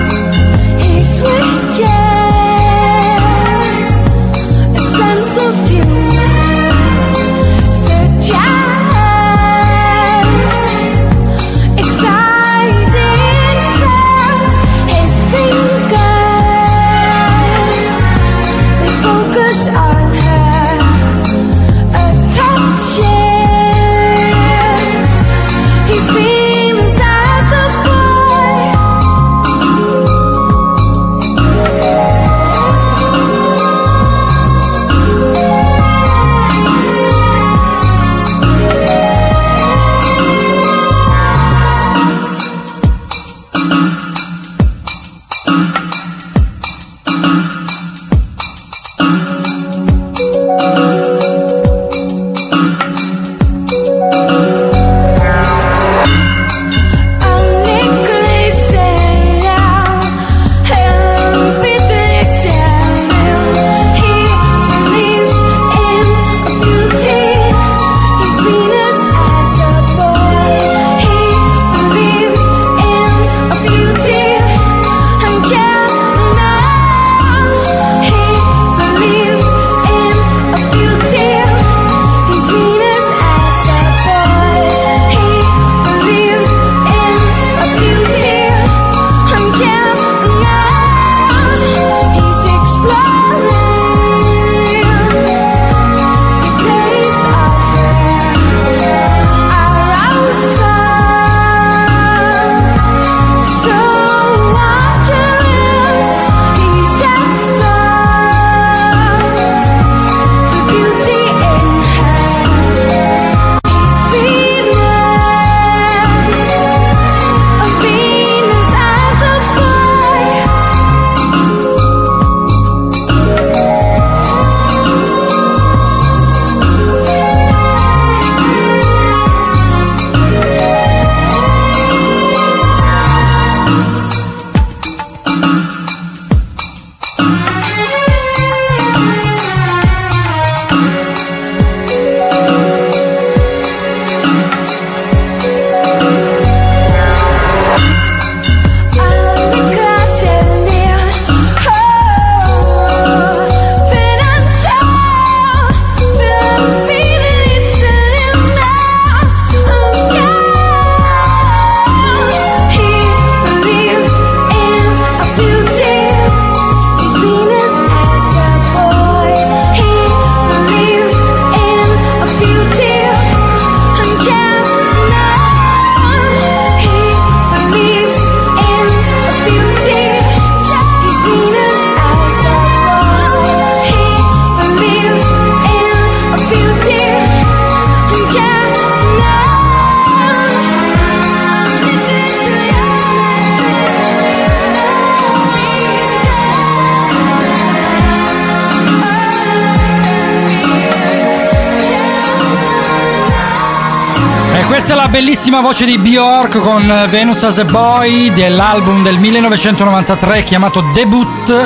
Questa è la bellissima voce di Bjork con Venus as a Boy dell'album del millenovecentonovantatré chiamato Debut.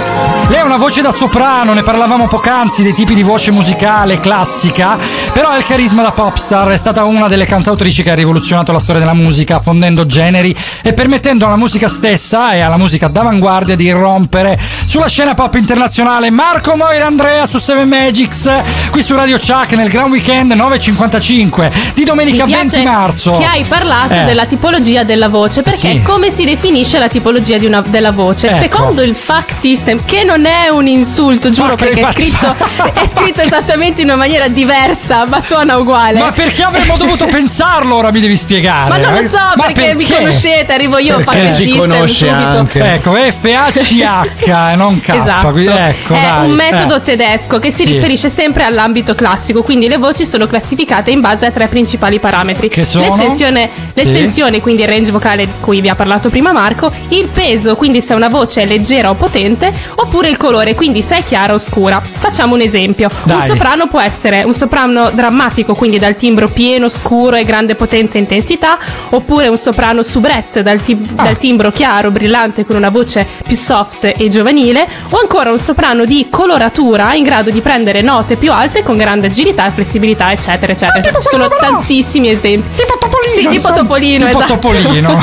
Lei è una voce da soprano, ne parlavamo poc'anzi dei tipi di voce musicale classica, però ha il carisma da popstar, è stata una delle cantautrici che ha rivoluzionato la storia della musica, fondendo generi e permettendo alla musica stessa e alla musica d'avanguardia di irrompere sulla scena pop internazionale. Marco Moira Andrea su Seven Magics, qui su Radio Chuck nel Gran Weekend nove e cinquantacinque di domenica venti marzo. Che hai parlato eh. della tipologia della voce, perché sì. come si definisce la tipologia di una, della voce? Ecco. Secondo il F A Q System, che non è un insulto, giuro, Ma perché è scritto, è scritto esattamente in una maniera diversa, ma suona uguale. Ma perché avremmo dovuto pensarlo? Ora mi devi spiegare. Ma non lo so, Ma perché, perché mi conoscete, arrivo io, Perché faccio il ci system conosce subito. anche. Ecco, F A C H, non K. Esatto. Quindi, ecco, è dai. un metodo eh. tedesco che si Sì. riferisce sempre all'ambito classico, quindi le voci sono classificate in base a tre principali parametri. Che sono? L'estensione, Sì. l'estensione, quindi il range vocale di cui vi ha parlato prima Marco, il peso, quindi se una voce è leggera o potente, oppure il colore, quindi se è chiara o scura. Facciamo un esempio. Dai. Un soprano può essere un soprano drammatico, quindi dal timbro pieno, scuro e grande potenza e intensità, oppure un soprano soubrette dal, ti- Ah. dal timbro chiaro, brillante, con una voce più soft e giovanile, o ancora un soprano di coloratura in grado di prendere note più alte con grande agilità e flessibilità, eccetera, eccetera. Ci sono tantissimi esempi. Tipo Topolino. Sì, tipo insomma. Topolino, Tipo esatto. Topolino.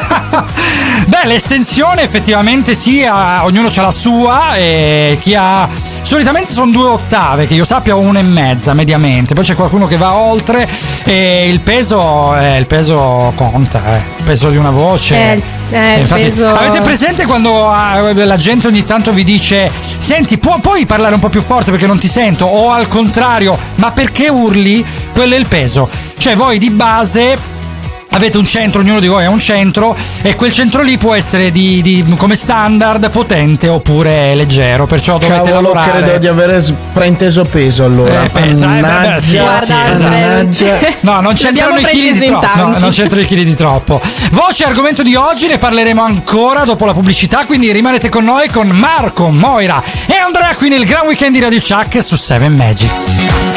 Beh, l'estensione effettivamente sì, ha- ognuno ha la sua e chi ha... Solitamente sono due ottave, che io sappia una e mezza mediamente, poi c'è qualcuno che va oltre e il peso, eh, il peso conta, eh. Il peso di una voce. Eh, eh, il Infatti, peso- avete presente quando ah, la gente ogni tanto vi dice senti, pu- puoi parlare un po' più forte perché non ti sento, o al contrario, ma perché urli? Quello è il peso. Cioè voi di base avete un centro, ognuno di voi ha un centro e quel centro lì può essere di, di come standard potente oppure leggero, perciò dovete Cavolo, lavorare. credo di avere s- frainteso peso allora. Eh, pesa, eh, beh, beh, sì, Mannaggia, sì, esatto. mannaggia. No, non c'entrano i chili di troppo. No, non c'entrano i chili di troppo. Voce argomento di oggi, ne parleremo ancora dopo la pubblicità, quindi rimanete con noi con Marco, Moira e Andrea qui nel Gran Weekend di Radio Chuck su Seven Magics.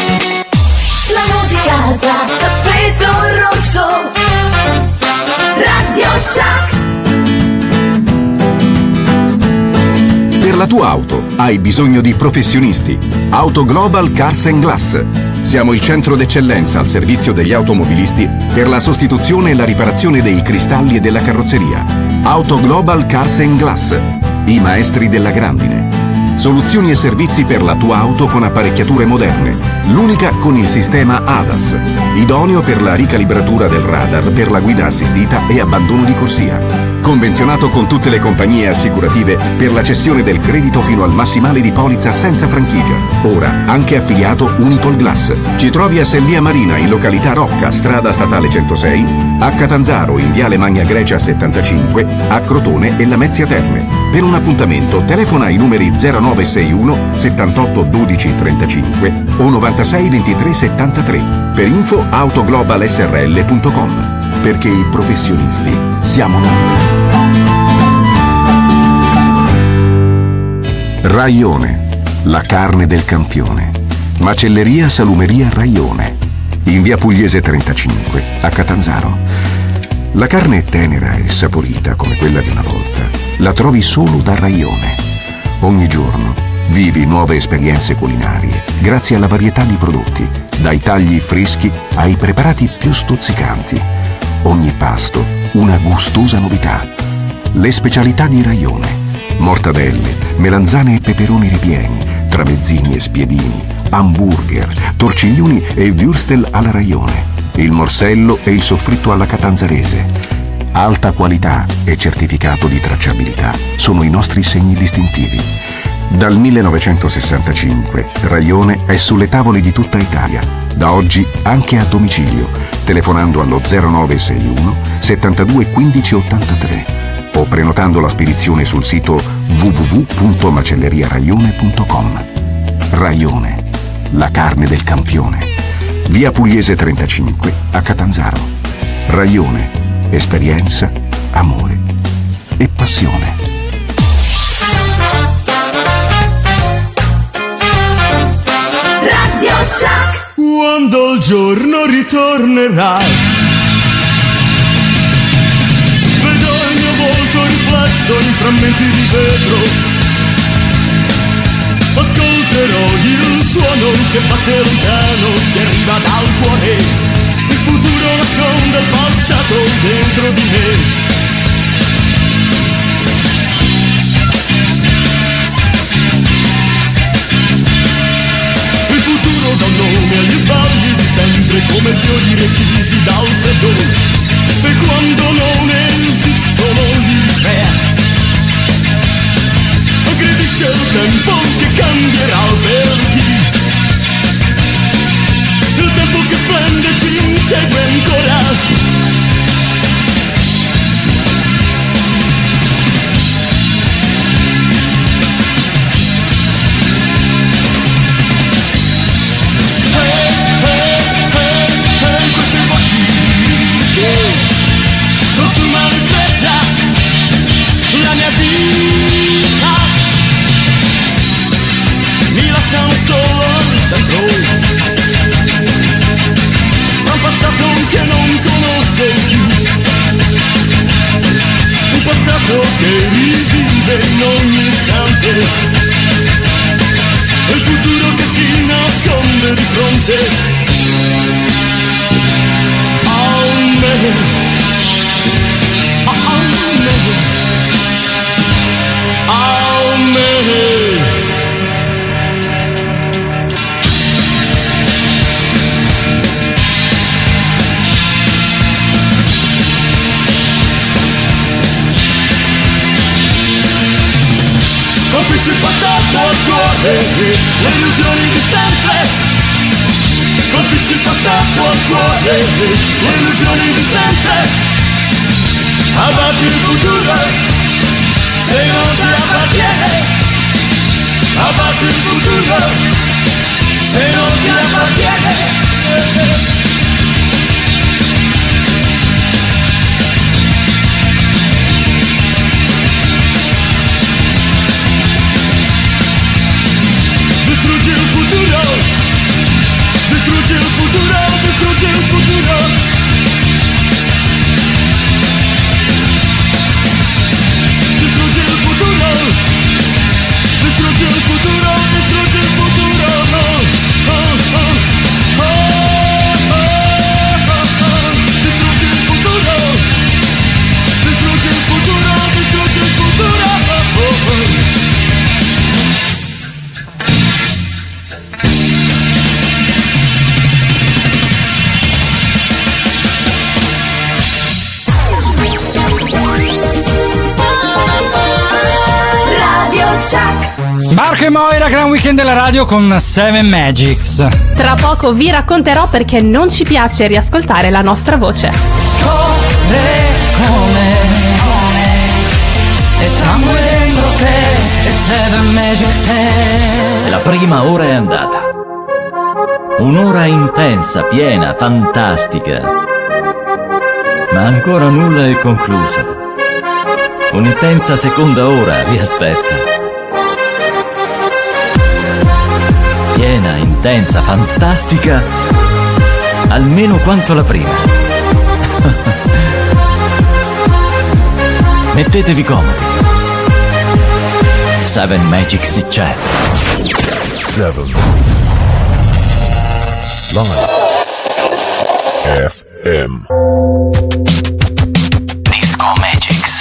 La musica da tappeto rosso. Radio Chuck. Per la tua auto hai bisogno di professionisti. Auto Global Cars and Glass. Siamo il centro d'eccellenza al servizio degli automobilisti per la sostituzione e la riparazione dei cristalli e della carrozzeria. Auto Global Cars and Glass. I maestri della grandine. Soluzioni e servizi per la tua auto con apparecchiature moderne. L'unica con il sistema A D A S. Idoneo per la ricalibratura del radar per la guida assistita e abbandono di corsia. Convenzionato con tutte le compagnie assicurative per la cessione del credito fino al massimale di polizza senza franchigia. Ora anche affiliato Unipol Glass. Ci trovi a Sellia Marina in località Rocca, strada statale centosei, a Catanzaro in viale Magna Grecia settantacinque, a Crotone e Lamezia Terme. Per un appuntamento telefona ai numeri zero nove sei uno settantotto dodici trentacinque o novantasei ventitré settantatré. Per info autoglobalsrl punto com. Perché i professionisti siamo noi. Raione, la carne del campione. Macelleria Salumeria Raione, in via Pugliese trentacinque, a Catanzaro. La carne tenera e saporita come quella di una volta la trovi solo da Raione. Ogni giorno vivi nuove esperienze culinarie grazie alla varietà di prodotti, dai tagli freschi ai preparati più stuzzicanti. Ogni pasto una gustosa novità. Le specialità di Raione: mortadelle, melanzane e peperoni ripieni, tramezzini e spiedini, hamburger, torciglioni e würstel alla Raione, il morsello e il soffritto alla catanzarese. Alta qualità e certificato di tracciabilità sono i nostri segni distintivi. Dal millenovecentosessantacinque Raione è sulle tavole di tutta Italia, da oggi anche a domicilio, telefonando allo zero nove sei uno settantadue quindici ottantatré o prenotando la spedizione sul sito w w w punto macelleriaraione punto com. Raione, la carne del campione. Via Pugliese trentacinque a Catanzaro. Raione, esperienza, amore e passione. Radio Chuck. Quando il giorno ritornerai, vedo il mio volto riflesso in frammenti di vetro. ascolterò il suono che batte lontano, che arriva dal cuore. Il futuro nasconde il passato dentro di me. Il futuro dà nome agli sbagli di sempre, come fiori recisi dal freddo. E quando non esistono gli re, aggredisce il tempo che cambierà per chi. Il tempo che splende ci insegue ancora. Consuma in fretta la mia vita, mi lasciano solo al centro, tra un passato che non conosco più, un passato che rivive in ogni istante, e il futuro che si nasconde di fronte a me. Colpisci il passato al cuore, le illusioni di sempre. Colpisci il passato al cuore, le illusioni di sempre. Abbatti il futuro, se non ti appartiene. Abbatti il futuro, se non ti appartiene. Distruggi il futuro, distruggi il futuro, distruggi il futuro. Distruggi il futuro, distruggi il futuro, distruggi il futuro. Oh, oh, oh, oh, oh. Distruggi il futuro, distruggi il futuro, distruggi il futuro. Oh, oh. Marco e Moira, gran weekend della radio con Seven Magics. Tra poco vi racconterò perché non ci piace riascoltare la nostra voce. Scopre come, come è sangue dentro te, e Seven Magics è. La prima ora è andata. Un'ora intensa, piena, fantastica. Ma ancora nulla è concluso. Un'intensa seconda ora vi aspetta. Piena, intensa, fantastica, almeno quanto la prima. Mettetevi comodi. Seven Magics c'è. Seven Live F M Disco Magics.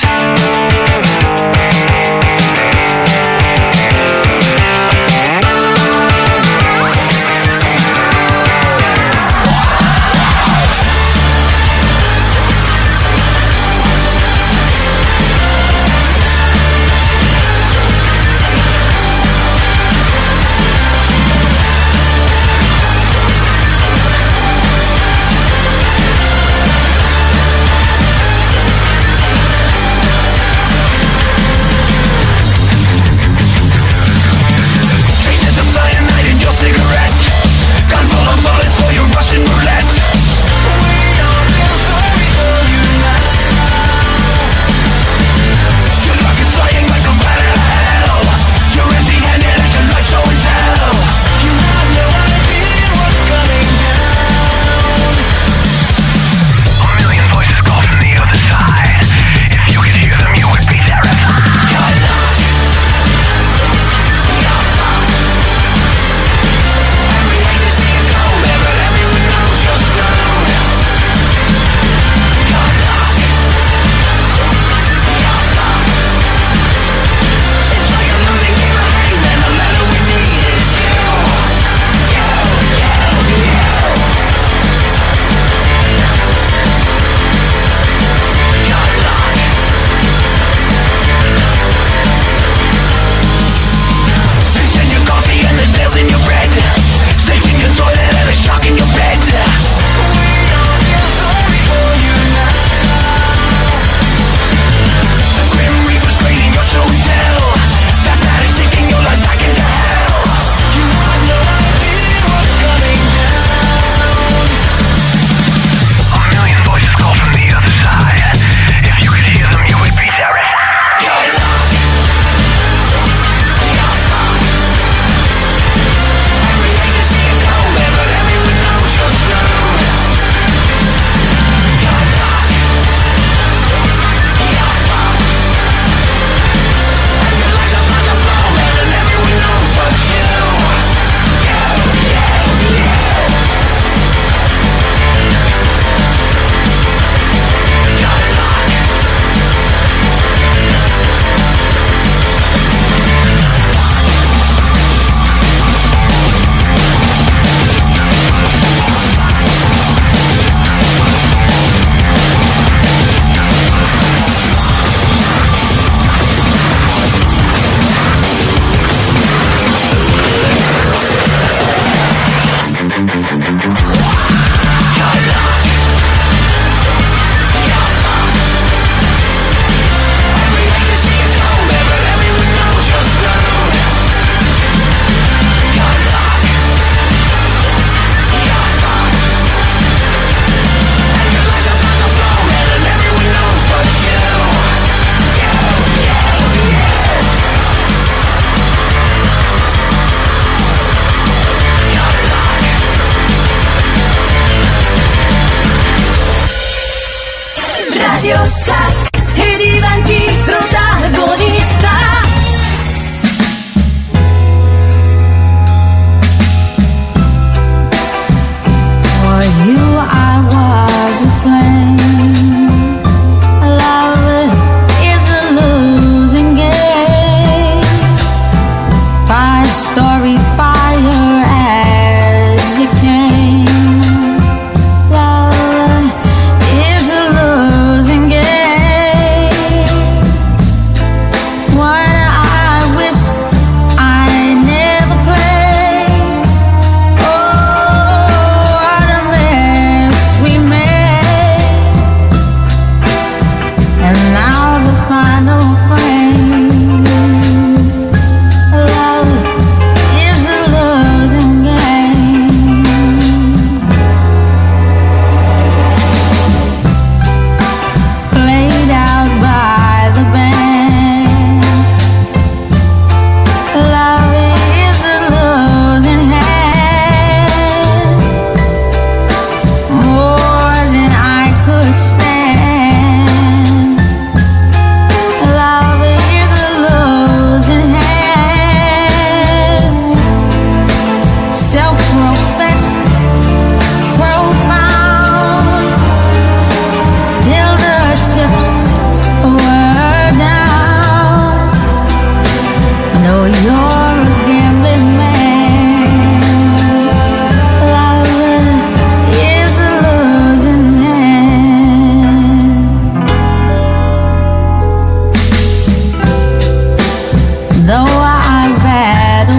Radio Chuck e diventi protagonista. For you I was a flame. Love is a losing game. Five story fire as you came. Love is a losing game. One I wish I never played. Oh, what a mess we made. And now the final frame. Love is a losing game. Played out by the band. Love is a losing hand. More than I could stand. Love is a losing hand. Self-professed, profound, till the chips were down. No, you're a gambling man. Love is a losing hand. Though I battle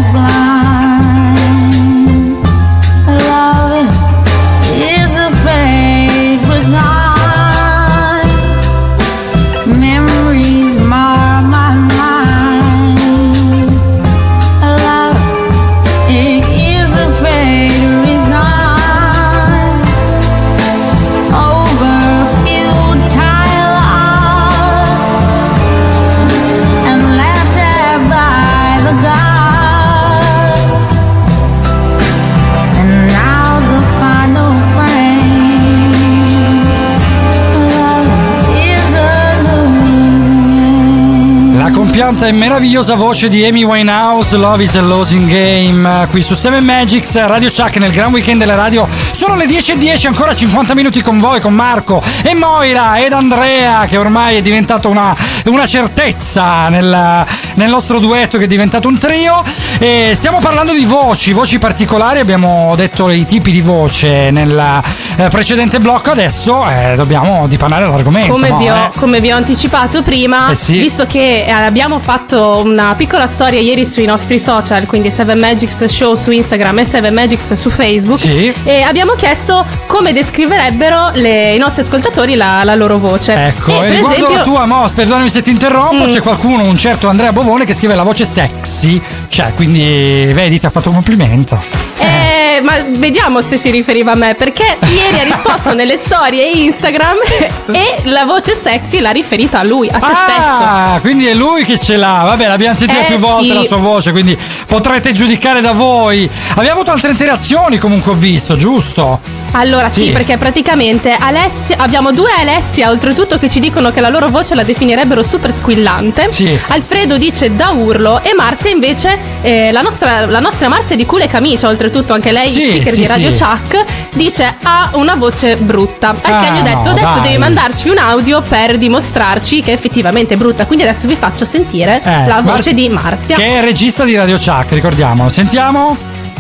blind, love is a fate resigned. Memories mar my mind. Love, it is a fate resigned. Over a futile art and laughed at by the gods. And now the final frame. Love is a losing. La compianta e meravigliosa voce di Amy Winehouse, Love is a Losing Game, qui su Seven Magics, Radio Chuck nel gran weekend delle radio. Sono le dieci e dieci, ancora cinquanta minuti con voi, con Marco e Moira ed Andrea, che ormai è diventato una, una certezza nel, nel nostro duetto, che è diventato un trio. E stiamo parlando di voci, voci particolari, abbiamo detto i tipi di voce nel eh, precedente blocco, adesso eh, dobbiamo dipanare l'argomento. Come, no, vi ho, eh? come vi ho anticipato prima, Eh sì. visto che eh, abbiamo fatto una piccola storia ieri sui nostri social, quindi Seven Magics Show su Instagram e Seven Magics su Facebook, Sì. e abbiamo chiesto come descriverebbero le- i nostri ascoltatori la, la loro voce. Ecco, e e per riguardo esempio, la tua, Mo, perdonami se ti interrompo, Mm. c'è qualcuno, un certo Andrea Bovone, che scrive la voce sexy, cioè, quindi, vedi, ti ha fatto un complimento. eh, ma vediamo se si riferiva a me, perché ieri ha risposto nelle storie Instagram e la voce sexy l'ha riferita a lui, a se stesso. Ah, quindi è lui che ce l'ha. Vabbè, l'abbiamo sentita Eh, più volte sì. la sua voce, quindi potrete giudicare da voi. Abbiamo avuto altre interazioni, comunque ho visto, giusto? Allora sì, Sì. perché praticamente Alessia, abbiamo due Alessia oltretutto che ci dicono che la loro voce la definirebbero super squillante. Sì. Alfredo dice da urlo e Marzia invece, eh, la, nostra, la nostra Marzia di Culo e Camicia, oltretutto anche lei Sì, speaker sì, di Radio sì. Chuck, dice ha una voce brutta. Al Ah, che gli ho detto no, adesso dai. devi mandarci un audio per dimostrarci che effettivamente è brutta, quindi adesso vi faccio sentire Eh, la voce Mar- di Marzia. Che è il regista di Radio Chuck, ricordiamolo. Sentiamo?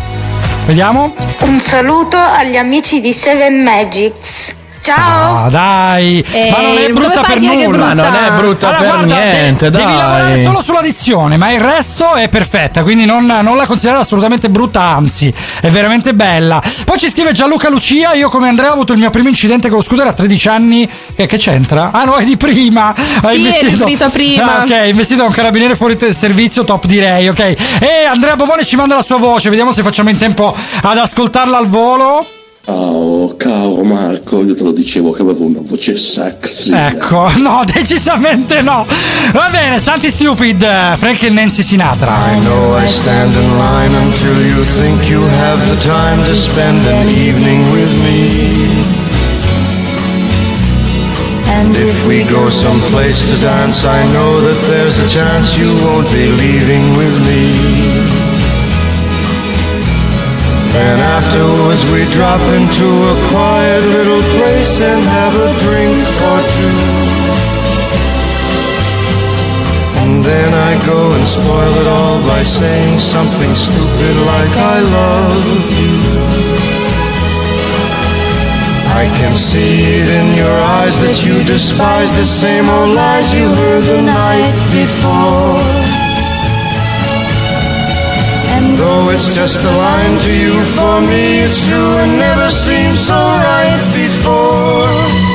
Vediamo? Un saluto agli amici di Seven Magics. Ciao! Ah, dai, Eh, ma non è brutta come per fai a dire che è nulla. Ma non è brutta Allora, per guarda, niente, de- dai. Devi lavorare solo sulla dizione, ma il resto è perfetta, quindi non, non la considerare assolutamente brutta, anzi, è veramente bella. Poi ci scrive Gianluca Lucia, io come Andrea ho avuto il mio primo incidente con lo scooter a tredici anni. Che, che c'entra? Ah no, è di prima. Hai Sì, è riferito a prima. Ah, ok, hai investito da un carabiniere fuori te- servizio, top direi, ok. E Andrea Bovone ci manda la sua voce, vediamo se facciamo in tempo ad ascoltarla al volo. Ciao, caro Marco, io te lo dicevo che avevo una voce sexy. Ecco, no, decisamente no. Va bene, Santi Stupid, Frank e Nancy Sinatra. I know I stand in line until you think you have the time to spend an evening with me. And if we go someplace to dance, I know that there's a chance you won't be leaving with me. And afterwards we drop into a quiet little place and have a drink or two. And then I go and spoil it all by saying something stupid like I love you. I can see it in your eyes that you despise the same old lies you heard the night before. And though it's just a line to you, for me it's true and never seemed so right before.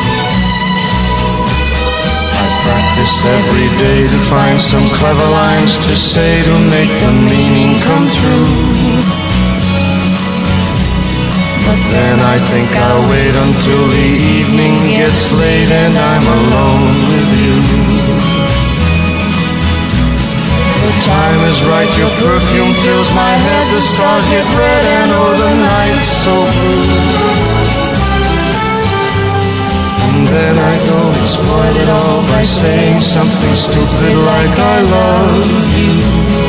I practice every day to find some clever lines to say to make the meaning come true. But then I think I'll wait until the evening gets late and I'm alone with you. The time is right, your perfume fills my head, the stars get red and oh the night's so blue. And then I go and spoil it all by saying something stupid like I love you.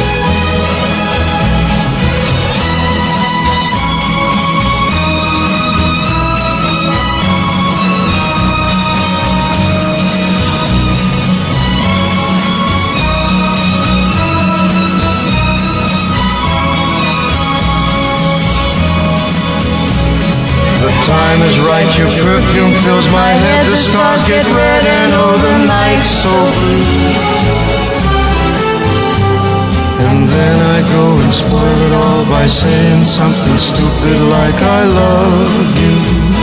The time is right, your perfume fills my head, the stars get red and oh the night's so blue. And then I go and spoil it all by saying something stupid like I love you.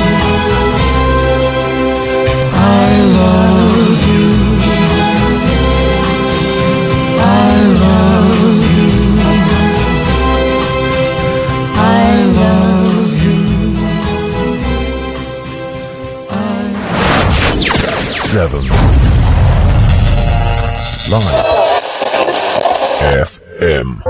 I love you. I love you. I love you. Seven. Live. F M.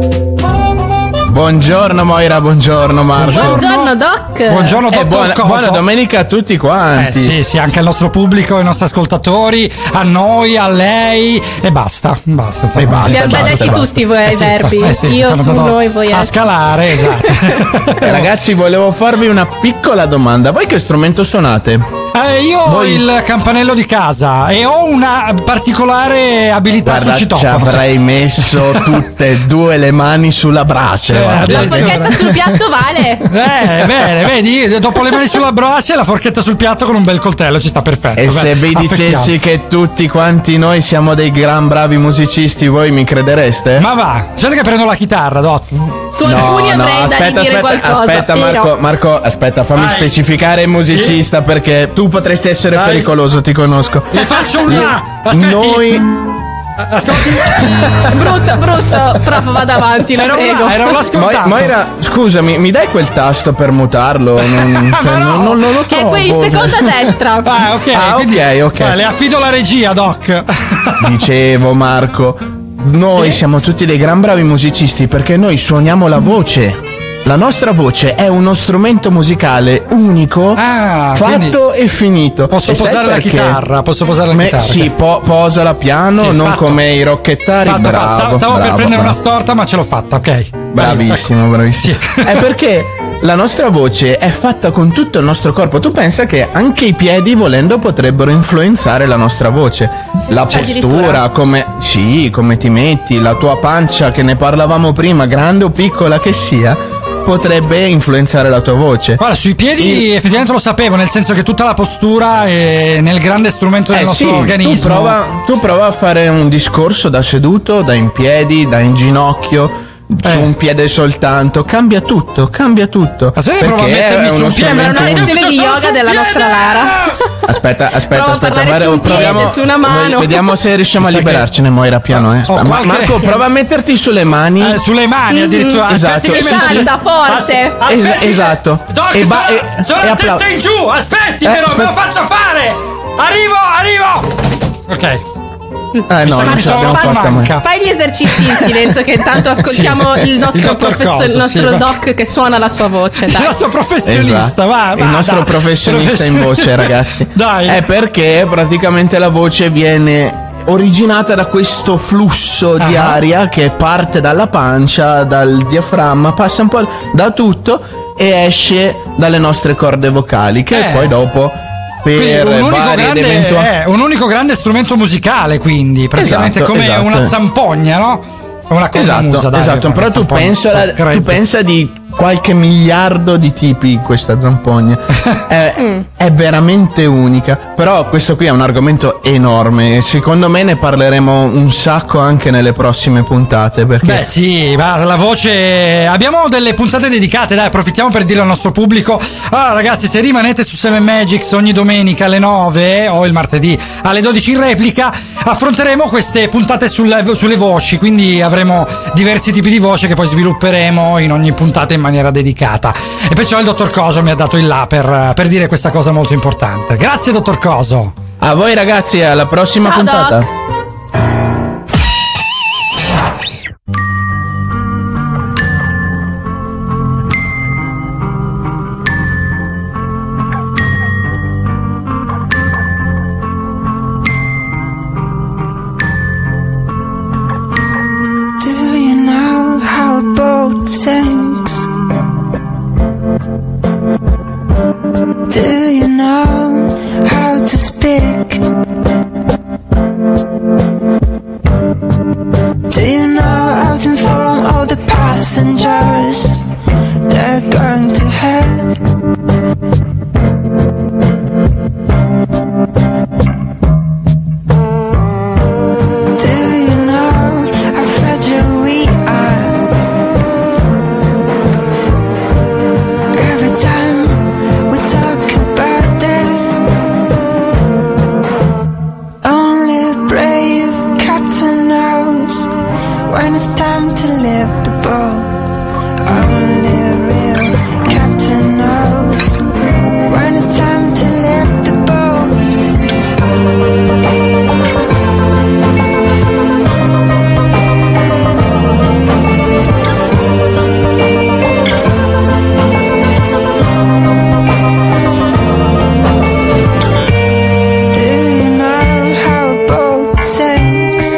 Buongiorno Moira, buongiorno Marco. Buongiorno Doc. Buongiorno E dottor buona, Coso. buona domenica a tutti quanti. Eh, sì, sì, anche al nostro pubblico, ai nostri ascoltatori, a noi, a lei e basta, basta. E basta. Li abbiamo detti basta. tutti voi ai Eh sì, verbi. eh sì, Io, sono tu, andato noi, voi. a eh. scalare, esatto. Eh, ragazzi, volevo farvi una piccola domanda. Voi che strumento suonate? Eh, io ho Voi- il campanello di casa e ho una particolare abilità Guarda, sul ci citofono. avrei messo tutte e due le mani sulla brace. Eh, guarda. La forchetta sul piatto vale. Eh, bene, vedi, dopo le mani sulla brace la forchetta sul piatto con un bel coltello, ci sta perfetto. E se vi Beh, dicessi affettiamo. che tutti quanti noi siamo dei gran bravi musicisti, voi mi credereste? Ma va, aspetta che prendo la chitarra, Doc. Su alcuni avrei aspetta, da dire aspetta, qualcosa. aspetta però. Marco, Marco, aspetta, fammi Vai. specificare musicista perché tu potresti essere Vai. pericoloso, ti conosco. Le faccio un Io- là. Aspetti. Noi Ascolti. Brutto, brutto. Proprio vado avanti, la Era un prego. là, era un là Mo- scontato. Moira, scusami, mi dai quel tasto per mutarlo? Non, Ma cioè, no. non, non- non lo E trovo. poi in seconda destra. Ah, ok. Ah, quindi- ok, ok. Dai, le affido la regia, Doc. Dicevo Marco, noi siamo tutti dei gran bravi musicisti perché noi suoniamo la voce. La nostra voce è uno strumento musicale unico, Ah, fatto quindi e finito. Posso E sai posare la perché? chitarra, posso posare la Me- chitarra. Sì, po- posala piano, Sì, non fatto. come i rocchettari. Fatto, fatto. bravo, Stavo, stavo per bravo, prendere bravo. una storta, ma ce l'ho fatta, ok. Bravissimo, bravissimo. Sì. È perché la nostra voce è fatta con tutto il nostro corpo. Tu pensa che anche i piedi, volendo, potrebbero influenzare la nostra voce. La postura, Addirittura. come sì, come ti metti, la tua pancia che ne parlavamo prima, grande o piccola che sia, potrebbe influenzare la tua voce. Guarda, sui piedi effettivamente lo sapevo, nel senso che tutta la postura è nel grande strumento del Eh nostro sì, tu organismo. prova, tu prova a fare un discorso da seduto, da in piedi, da in ginocchio, Eh. su un piede soltanto, cambia tutto, cambia tutto. Aspetta, provo a Perché mettermi è su uno un piede. Sembra una strumento unico. lezione di yoga della nostra Lara. Aspetta, aspetta, Prova a aspetta, parlare guarda, su un piede, proviamo. su una mano. Vediamo se riusciamo a Sai che- liberarcene, Moira, piano, eh. Ho Ma- qualche- Marco, prova a metterti sulle mani. Eh, sulle mani addirittura. Esatto. Aspetti che mi- Salta forte. Aspe- aspetti Es- che- esatto. Doc, E sono, ba- e- sono e a appla- testa in giù. Aspetti Eh, che non me lo aspetta. faccio fare. Arrivo, arrivo. Ok. Eh no, non ce l'abbiamo fatta mai. Fai gli esercizi in silenzio che intanto ascoltiamo Sì. il nostro, Il dottor professor- Coso, il nostro sì, doc che suona la sua voce. Dai. Il nostro professionista, Esatto. va, va, il nostro dai. professionista in voce, ragazzi. Dai. È perché praticamente la voce viene originata da questo flusso di Ah. aria che parte dalla pancia, dal diaframma, passa un po' da tutto e esce dalle nostre corde vocali, che Eh. poi dopo Quindi per un unico, vari ed grande, eventuali eh, un unico grande strumento musicale, quindi praticamente Esatto, come esatto. una zampogna, no? È una cosa Esatto, musa, dai, esatto, che fa però una tu zampogna. pensa, Oh, tu grezza. pensa di qualche miliardo di tipi questa zampogna. è, è veramente unica. Però questo qui è un argomento enorme e secondo me ne parleremo un sacco anche nelle prossime puntate. Perché Beh sì, ma la voce. Abbiamo delle puntate dedicate, dai, approfittiamo per dire al nostro pubblico. Allora ragazzi, se rimanete su seven Magics ogni domenica alle nove o il martedì alle dodici in replica, affronteremo queste puntate sulle, sulle voci. Quindi avremo diversi tipi di voce che poi svilupperemo in ogni puntata in maniera dedicata. E perciò il dottor Coso mi ha dato il là per, per dire questa cosa molto importante. Grazie dottor Coso. a voi ragazzi, alla prossima Ciao, puntata. Doc. Do you know how a boat sinks? Do you know how to speak? Do you know how to inform all the passengers they're going to hell? Do you know how fragile we are? Every time we talk about death, only a brave captain knows when it's time to lift the boat. Only a real captain knows when it's time to lift the boat. Do you know how a boat sinks?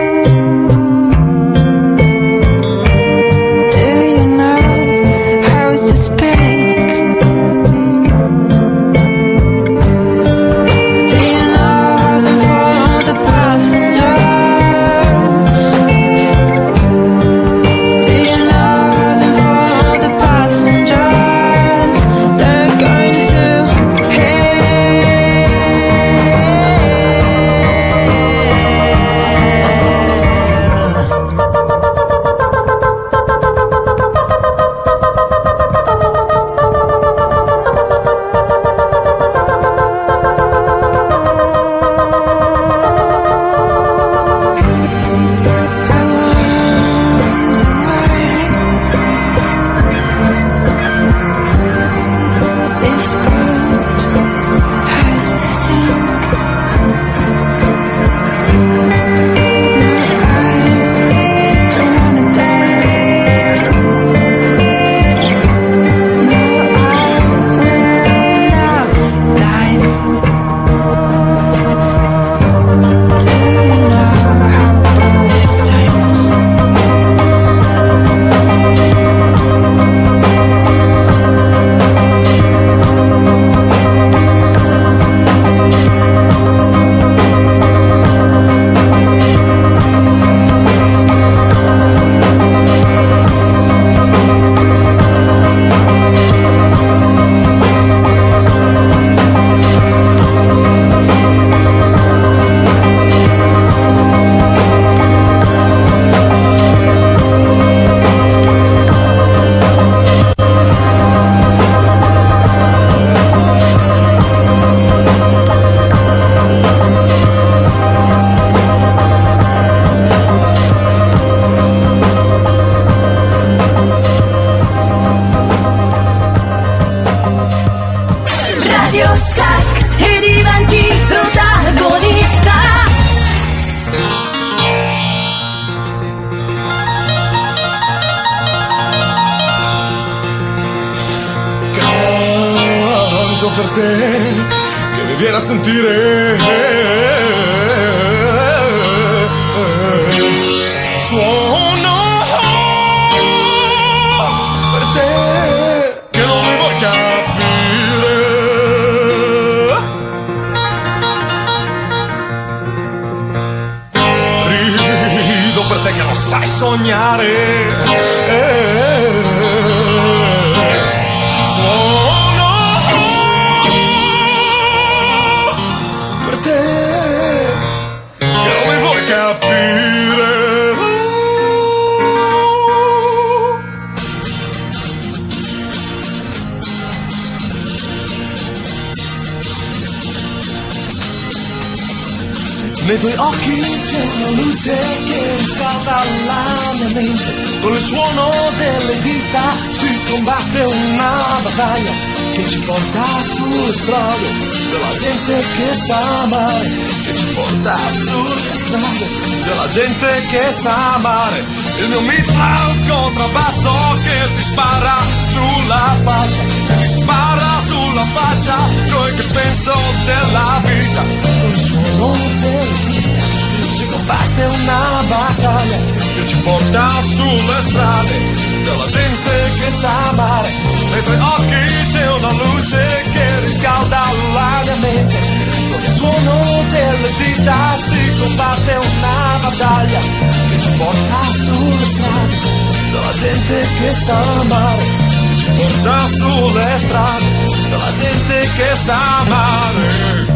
Do you know how to speak? Do you know how to inform the passengers? Do you know how to inform the passengers they're going to hell? This boat has to sink. No, I don't wanna dive. No, I will not dive. Do you know how a boat sinks? Radio Chuck e diventi protagonista. rido per te, che mi viene a sentire. Suono per te, che non mi vuoi capire. Rido per te che non sai sognare. Suono per te, che non mi vuoi capire. Nei tuoi occhi c'è una luce che riscalda la mia mente. Con il suono delle dita si combatte una battaglia che ci porta sulle strade della gente che sa amare, che ci porta sulle strade della gente che sa amare. Il mio mitra è un contrabbasso che ti spara sulla faccia, che ti spara sulla faccia ciò che penso della vita. Con il suono delle dita si combatte una battaglia che ci porta sulle strade della gente che sa amare. Nei tuoi occhi c'è una luce che riscalda la mia mente. Con il suono delle dita si combatte una battaglia che ci porta sulle strade della gente che sa amare, che ci porta sulle strade della gente che sa amare.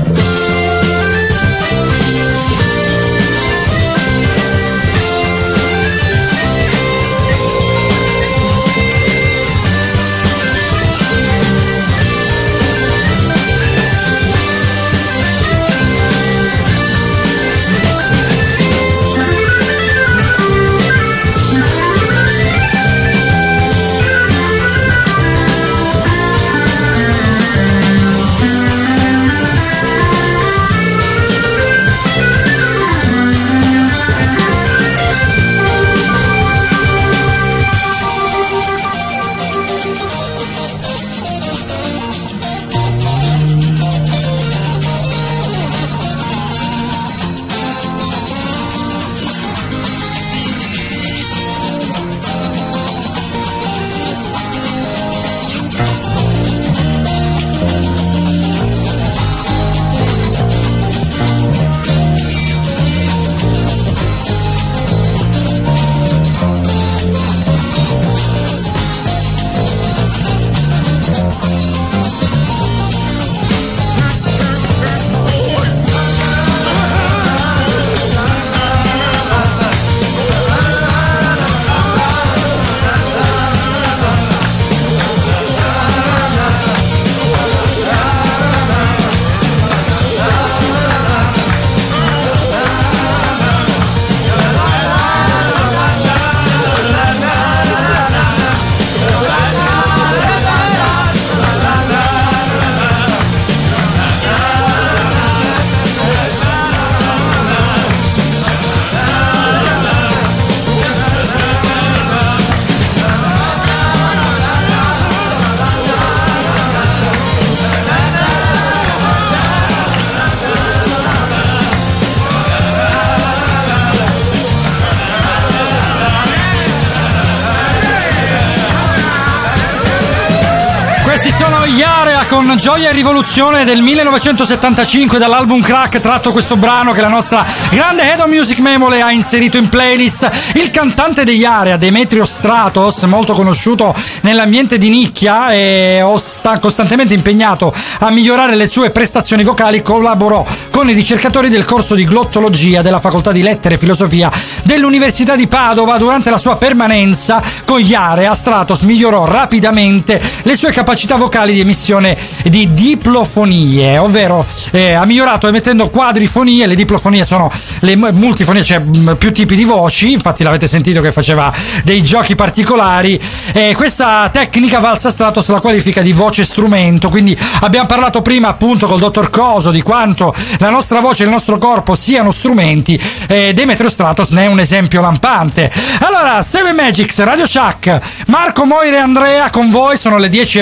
Con Gioia e Rivoluzione del millenovecentosettantacinque dall'album Crack, tratto questo brano che la nostra grande Head of Music Memole ha inserito in playlist. Il cantante degli Area, Demetrio Stratos, molto conosciuto nell'ambiente di nicchia e sta costantemente impegnato a migliorare le sue prestazioni vocali, collaborò con i ricercatori del corso di glottologia della Facoltà di Lettere e Filosofia dell'Università di Padova. Durante la sua permanenza con gli Area, Stratos migliorò rapidamente le sue capacità vocali di emissione di diplofonie, ovvero eh, ha migliorato emettendo quadrifonie. Le diplofonie sono le multifonie, cioè più tipi di voci, infatti l'avete sentito che faceva dei giochi particolari. Eh, questa tecnica valsa a Stratos la qualifica di voce strumento, quindi abbiamo parlato prima appunto col dottor Coso di quanto la nostra voce e il nostro corpo siano strumenti. eh, Demetrio Stratos ne è un esempio lampante. Allora, Seven Magics, Radio Chuck, Marco, Moira e Andrea con voi, sono le dieci e ventotto.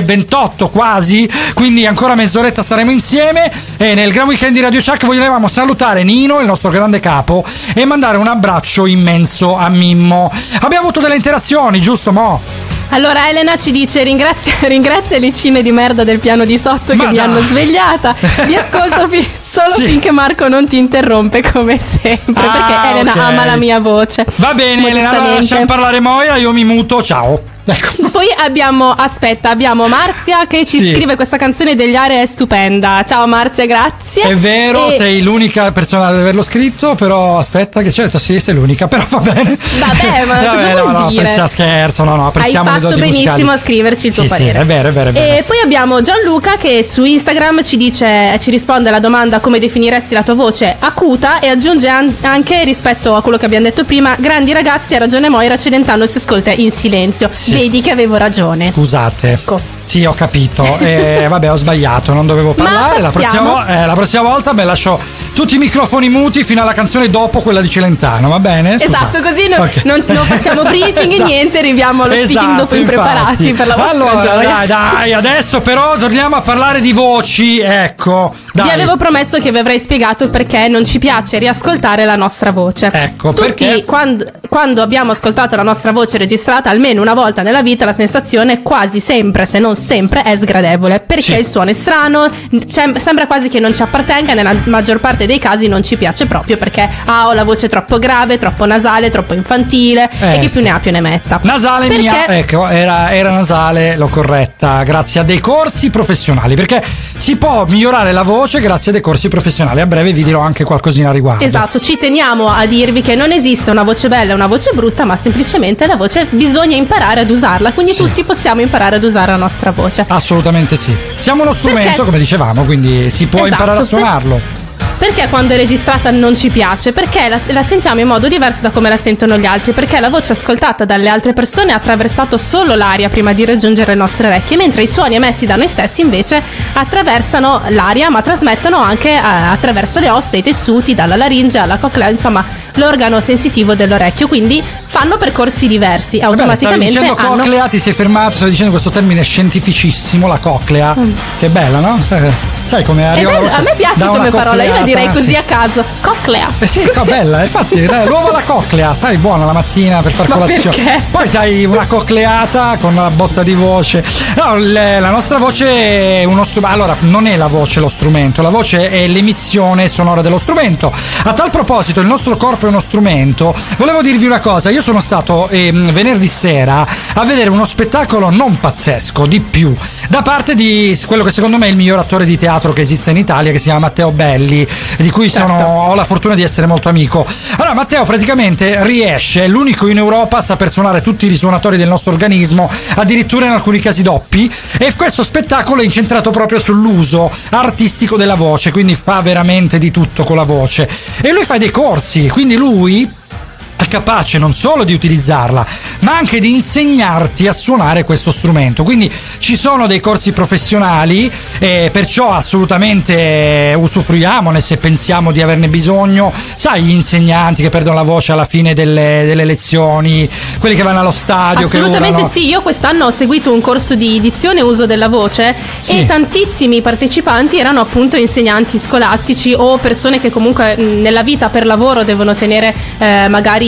otto quasi, quindi ancora mezz'oretta saremo insieme. E nel Gran Weekend di Radio Chuck volevamo salutare Nino, il nostro grande capo, e mandare un abbraccio immenso a Mimmo. Abbiamo avuto delle interazioni, giusto Mo? Allora Elena ci dice: ringrazia, ringrazia le cine di merda del piano di sotto Ma che mi dai. hanno svegliata. Vi ascolto fi- solo Sì. finché Marco non ti interrompe come sempre, Ah, perché Elena ok. ama la mia voce. Va bene Elena, allora Modestamente. lasciamo parlare Moira, io mi muto, ciao. Ecco. Poi abbiamo, aspetta, abbiamo Marzia che ci Sì. scrive: questa canzone degli Are è stupenda. Ciao Marzia, grazie. È vero, E- sei l'unica persona ad averlo scritto, però aspetta che certo sì, sei l'unica, però va bene. Vabbè, ma cosa Vabbè, vuol no, no, dire? apprezziamo, scherzo, no, no, apprezziamo Hai le fatto doti benissimo musicali. a scriverci il tuo Sì, parere. sì, è vero, è vero, è vero. E poi abbiamo Gianluca che su Instagram ci dice, ci risponde alla domanda: come definiresti la tua voce acuta, e aggiunge an- anche rispetto a quello che abbiamo detto prima: grandi ragazzi, ha ragione Moira, Celentano si ascolta in silenzio. Sì. Vedi che avevo ragione. Scusate. Ecco. Sì, ho capito. Eh, vabbè, ho sbagliato, non dovevo Ma parlare. La prossima, passiamo. vo- eh, la prossima volta me lascio tutti i microfoni muti fino alla canzone dopo quella di Celentano, va bene? Scusate. Esatto, così non, Ok. non- non facciamo briefing Esatto. e niente, arriviamo allo speaking Esatto, dopo impreparati infatti. per la vostra Allora, gioia. dai, dai, adesso però torniamo a parlare di voci, ecco. Dai. Vi avevo promesso che vi avrei spiegato perché non ci piace riascoltare la nostra voce. Ecco, Tutti, perché? Quando, quando abbiamo ascoltato la nostra voce registrata almeno una volta nella vita, la sensazione quasi sempre, se non sempre, è sgradevole. Perché Sì. il suono è strano, c'è- sembra quasi che non ci appartenga, nella maggior parte dei casi non ci piace proprio perché ah, ho la voce troppo grave, troppo nasale, troppo infantile, Eh, e chi sì. più ne ha più ne metta. Nasale Perché- mia, ecco, era, era nasale, l'ho corretta, grazie a dei corsi professionali, perché si può migliorare la voce grazie a dei corsi professionali. A breve vi dirò anche qualcosina a riguardo. Esatto, ci teniamo a dirvi che non esiste una voce bella e una voce brutta, ma semplicemente la voce bisogna imparare ad usarla, quindi Sì. tutti possiamo imparare ad usare la nostra voce. Assolutamente sì. Siamo uno strumento, Perché- come dicevamo, quindi si può Esatto, imparare a per- suonarlo. Perché quando è registrata non ci piace? Perché la, la sentiamo in modo diverso da come la sentono gli altri, perché la voce ascoltata dalle altre persone ha attraversato solo l'aria prima di raggiungere le nostre orecchie, mentre i suoni emessi da noi stessi invece attraversano l'aria, ma trasmettono anche eh, attraverso le ossa, i tessuti, dalla laringe alla coclea, insomma l'organo sensitivo dell'orecchio, quindi fanno percorsi diversi e Vabbè, stavi automaticamente dicendo hanno... coclea, ti sei fermato, stavi dicendo questo termine scientificissimo, la coclea, Mm. che bella, no? Sai, sai come È arriva la bello, voce a me piace da una come parola, io la direi cocleata, così sì. a caso. Coclea. Eh sì, fa bella, infatti dai, l'uovo alla coclea, sai, buona la mattina per far Ma colazione. perché? Poi dai una cocleata con una botta di voce. No, le- la nostra voce è uno strumento. Allora, non è la voce lo strumento, la voce è l'emissione sonora dello strumento. A tal proposito, il nostro corpo è uno strumento. Volevo dirvi una cosa, io sono stato ehm, venerdì sera a vedere uno spettacolo non pazzesco, di più, da parte di quello che secondo me è il miglior attore di teatro che esiste in Italia, che si chiama Matteo Belli, di cui sono, ho la fortuna di essere molto amico. Allora Matteo praticamente riesce, è l'unico in Europa a saper suonare tutti i risuonatori del nostro organismo, addirittura in alcuni casi doppi, e questo spettacolo è incentrato proprio sull'uso artistico della voce, quindi fa veramente di tutto con la voce, e lui fa dei corsi, quindi lui è capace non solo di utilizzarla, ma anche di insegnarti a suonare questo strumento. Quindi ci sono dei corsi professionali, e perciò assolutamente usufruiamone se pensiamo di averne bisogno. Sai, gli insegnanti che perdono la voce alla fine delle, delle lezioni, quelli che vanno allo stadio, che Assolutamente urlano. sì, io quest'anno ho seguito un corso di dizione e uso della voce, Sì. e tantissimi partecipanti erano appunto insegnanti scolastici o persone che comunque mh, nella vita per lavoro devono tenere eh, magari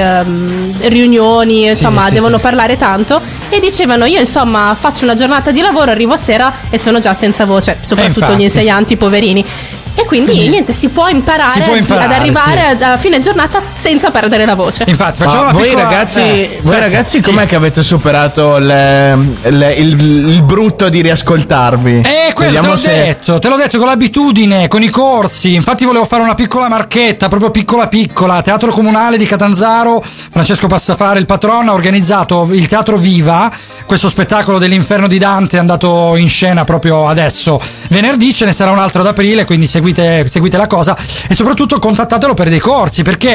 ehm, riunioni, insomma sì, devono sì. parlare tanto, e dicevano: io insomma faccio una giornata di lavoro, arrivo a sera e sono già senza voce, soprattutto infatti. gli insegnanti poverini. E quindi, Quindi niente, si può imparare, si può imparare, ad arrivare sì. ad- a fine giornata senza perdere la voce. Infatti facciamo Ma una voi piccola- ragazzi, eh, voi aspetta, ragazzi sì. com'è che avete superato le- le- il, il brutto di riascoltarvi? Eh, quello te Vediamo l'ho se- detto, te l'ho detto con l'abitudine, con i corsi. Infatti volevo fare una piccola marchetta, proprio piccola piccola. Teatro Comunale di Catanzaro, Francesco Passafare, il patrono, ha organizzato il Teatro Viva, questo spettacolo dell'inferno di Dante è andato in scena proprio adesso. Venerdì ce ne sarà un altro ad aprile, quindi seguite, seguite la cosa, e soprattutto contattatelo per dei corsi, perché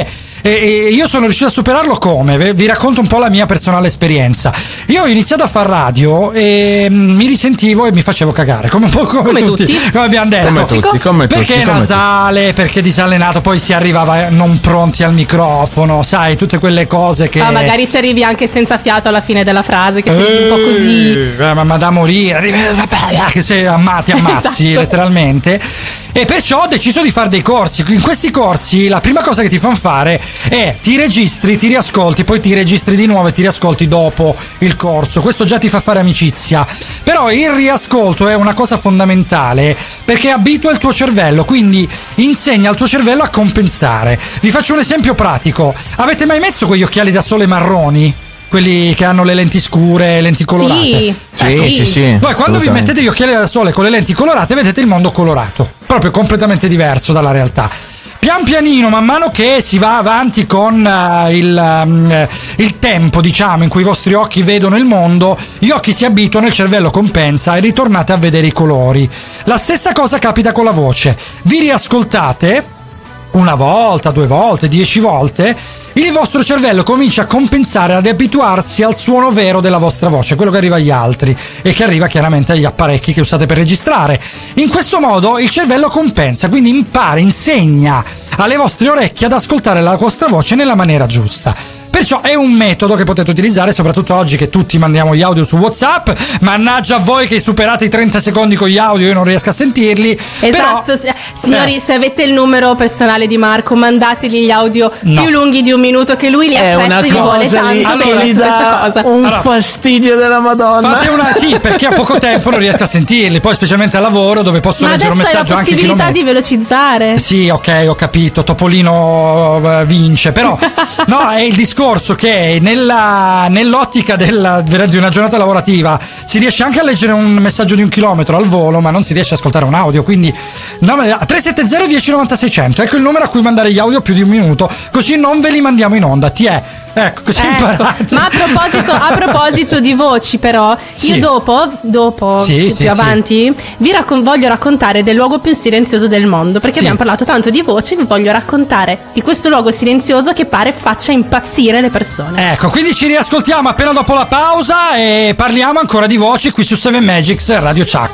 E, e io sono riuscito a superarlo come? Vi racconto un po' la mia personale esperienza. Io ho iniziato a far radio e mi risentivo e mi facevo cagare, come un po' come, come tutti, tutti, come abbiamo detto. Come tutti, come perché tutti, come nasale, tutti. perché disalenato, poi si arrivava non pronti al microfono, sai, tutte quelle cose che... Ma magari ci arrivi anche senza fiato alla fine della frase, che sei un po' così. Eh, ma, ma da morire, arrivi- che se amma- ti ammazzi Esatto. letteralmente. E perciò ho deciso di fare dei corsi. In questi corsi la prima cosa che ti fanno fare è ti registri, ti riascolti, poi ti registri di nuovo e ti riascolti dopo il corso. Questo già ti fa fare amicizia. Però il riascolto è una cosa fondamentale perché abitua il tuo cervello, quindi insegna al tuo cervello a compensare. Vi faccio un esempio pratico. Avete mai messo quegli occhiali da sole marroni? Quelli che hanno le lenti scure, lenti colorate. Sì, Sì, sì, sì. Voi quando vi mettete gli occhiali da sole con le lenti colorate vedete il mondo colorato, proprio completamente diverso dalla realtà. Pian pianino, man mano che si va avanti con uh, il, um, il tempo, diciamo, in cui i vostri occhi vedono il mondo, gli occhi si abituano, il cervello compensa e ritornate a vedere i colori. La stessa cosa capita con la voce. Vi riascoltate una volta, due volte, dieci volte, il vostro cervello comincia a compensare, ad abituarsi al suono vero della vostra voce, quello che arriva agli altri e che arriva chiaramente agli apparecchi che usate per registrare. In questo modo il cervello compensa, quindi impara, insegna alle vostre orecchie ad ascoltare la vostra voce nella maniera giusta. Perciò è un metodo che potete utilizzare, soprattutto oggi che tutti mandiamo gli audio su WhatsApp. Mannaggia a voi che superate i trenta secondi con gli audio, io non riesco a sentirli. Esatto, però, signori, eh. se avete il numero personale di Marco, mandategli gli audio No. più lunghi di un minuto, che lui li È apprezza una e li vuole cosa tanto lì, bene che su gli questa dà cosa. un Allora, fastidio della Madonna. Fate una sì, perché a poco tempo non riesco a sentirli, poi specialmente al lavoro dove posso Ma leggere un adesso hai messaggio la anche possibilità chilometri. di velocizzare. Sì, ok, ho capito, Topolino eh, vince, però no, è il discorso che nella, nell'ottica della, di una giornata lavorativa si riesce anche a leggere un messaggio di un chilometro al volo, ma non si riesce a ascoltare un audio, quindi no, tre sette zero uno zero nove sei zero zero, ecco il numero a cui mandare gli audio più di un minuto, così non ve li mandiamo in onda, ti è. Ecco, così Ecco, imparate. ma a proposito, a proposito di voci, però, Sì. io dopo, dopo Sì, più sì, sì. avanti, vi raccon- voglio raccontare del luogo più silenzioso del mondo. Perché Sì. abbiamo parlato tanto di voci, vi voglio raccontare di questo luogo silenzioso che pare faccia impazzire le persone. Ecco, quindi ci riascoltiamo appena dopo la pausa e parliamo ancora di voci qui su Seven Magics Radio Chuck.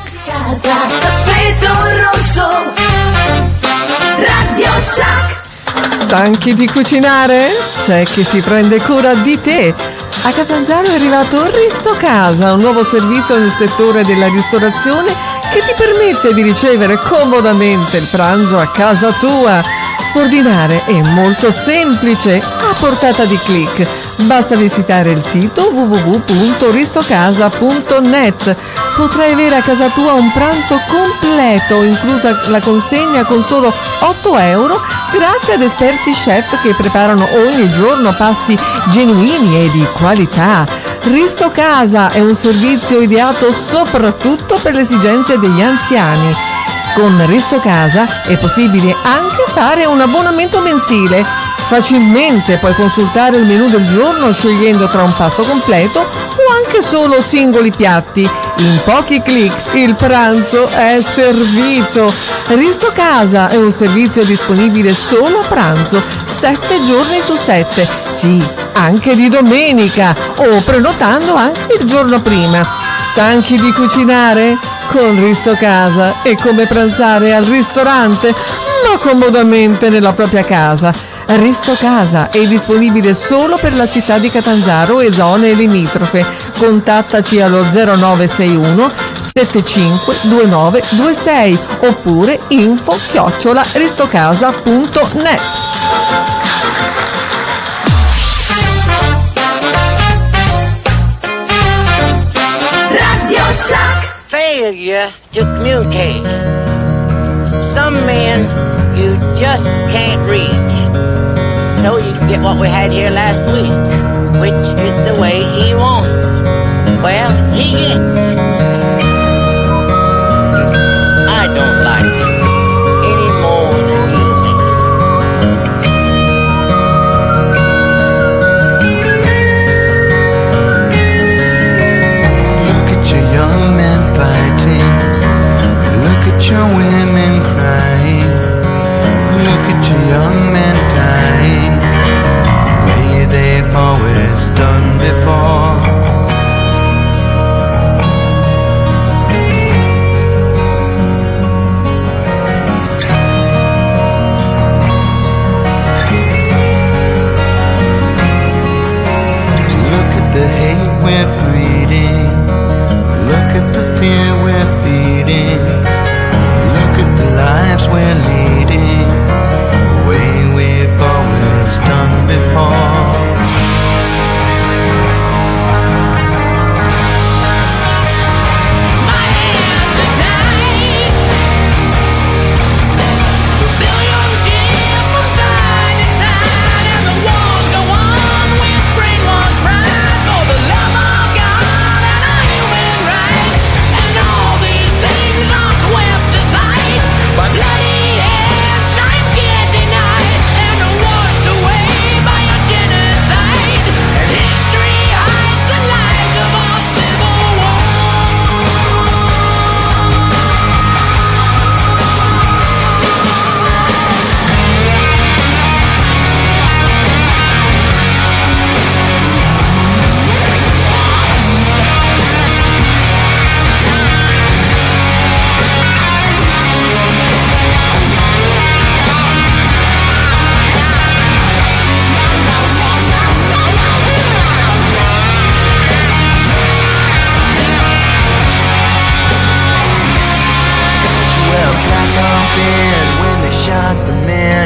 Tappeto rosso, Radio Chuck. Stanchi di cucinare? C'è chi si prende cura di te. A Catanzaro è arrivato Risto Casa, un nuovo servizio nel settore della ristorazione che ti permette di ricevere comodamente il pranzo a casa tua. Ordinare è molto semplice, a portata di click. Basta visitare il sito w w w punto ristocasa punto net. Potrai avere a casa tua un pranzo completo, inclusa la consegna con solo otto euro, grazie ad esperti chef che preparano ogni giorno pasti genuini e di qualità. Risto Casa è un servizio ideato soprattutto per le esigenze degli anziani. Con Risto Casa è possibile anche fare un abbonamento mensile. Facilmente puoi consultare il menù del giorno scegliendo tra un pasto completo o anche solo singoli piatti. In pochi clic il pranzo è servito. Risto Casa è un servizio disponibile solo a pranzo, sette giorni su sette. Sì, anche di domenica o prenotando anche il giorno prima. Stanchi di cucinare? Con Risto Casa è come pranzare al ristorante, ma comodamente nella propria casa. Risto Casa è disponibile solo per la città di Catanzaro e zone limitrofe. Contattaci allo zero nove sei uno sette cinque due nove due sei oppure info chiocciola ristocasa punto net. Radio Chuck. Failure to communicate. Some men you just can't reach. So you get what we had here last week, which is the way he wants it. Well, he gets it. I don't like it any more than you do. Look at your young men fighting. Look at your women crying. Look at your young men dying.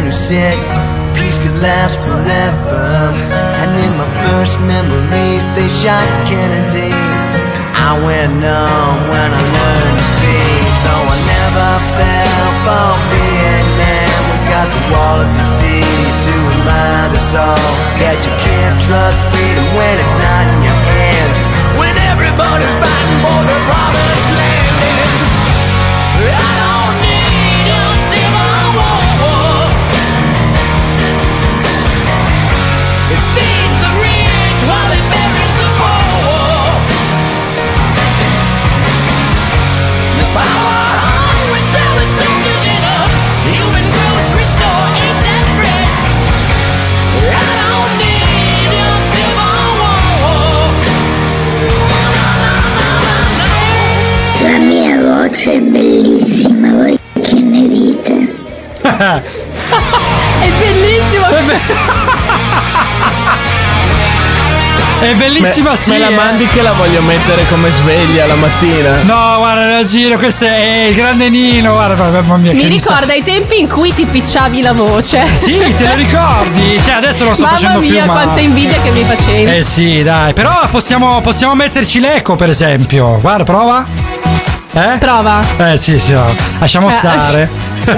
who said peace could last forever. And in my first memories they shot Kennedy. I went numb when I learned to see, so I never fell for Vietnam. We got the wall of the sea to remind us all that you can't trust freedom when it's not in your hands. When everybody's fighting for the promised land. I don't need a civil war. It feeds the rich while it buries the poor. The power hungry selling something in a human grocery store ain't that bread. I don't need a civil war. La mia voce è bellissima, voi che ne dite? È bellissimo. È bellissima, me, sì. Me la eh. mandi che la voglio mettere come sveglia la mattina? No, guarda, la giro, questo è il grande Nino, guarda, mamma mia. Mi che ricorda i tempi in cui ti picciavi la voce. Sì, te lo ricordi? Cioè, adesso non sto Mamma facendo più, mia, ma quanta invidia che mi facevi. Eh sì, dai, però possiamo, possiamo metterci l'eco, per esempio. Guarda, prova. Eh? Prova. Eh sì, sì, no. Lasciamo Eh, stare.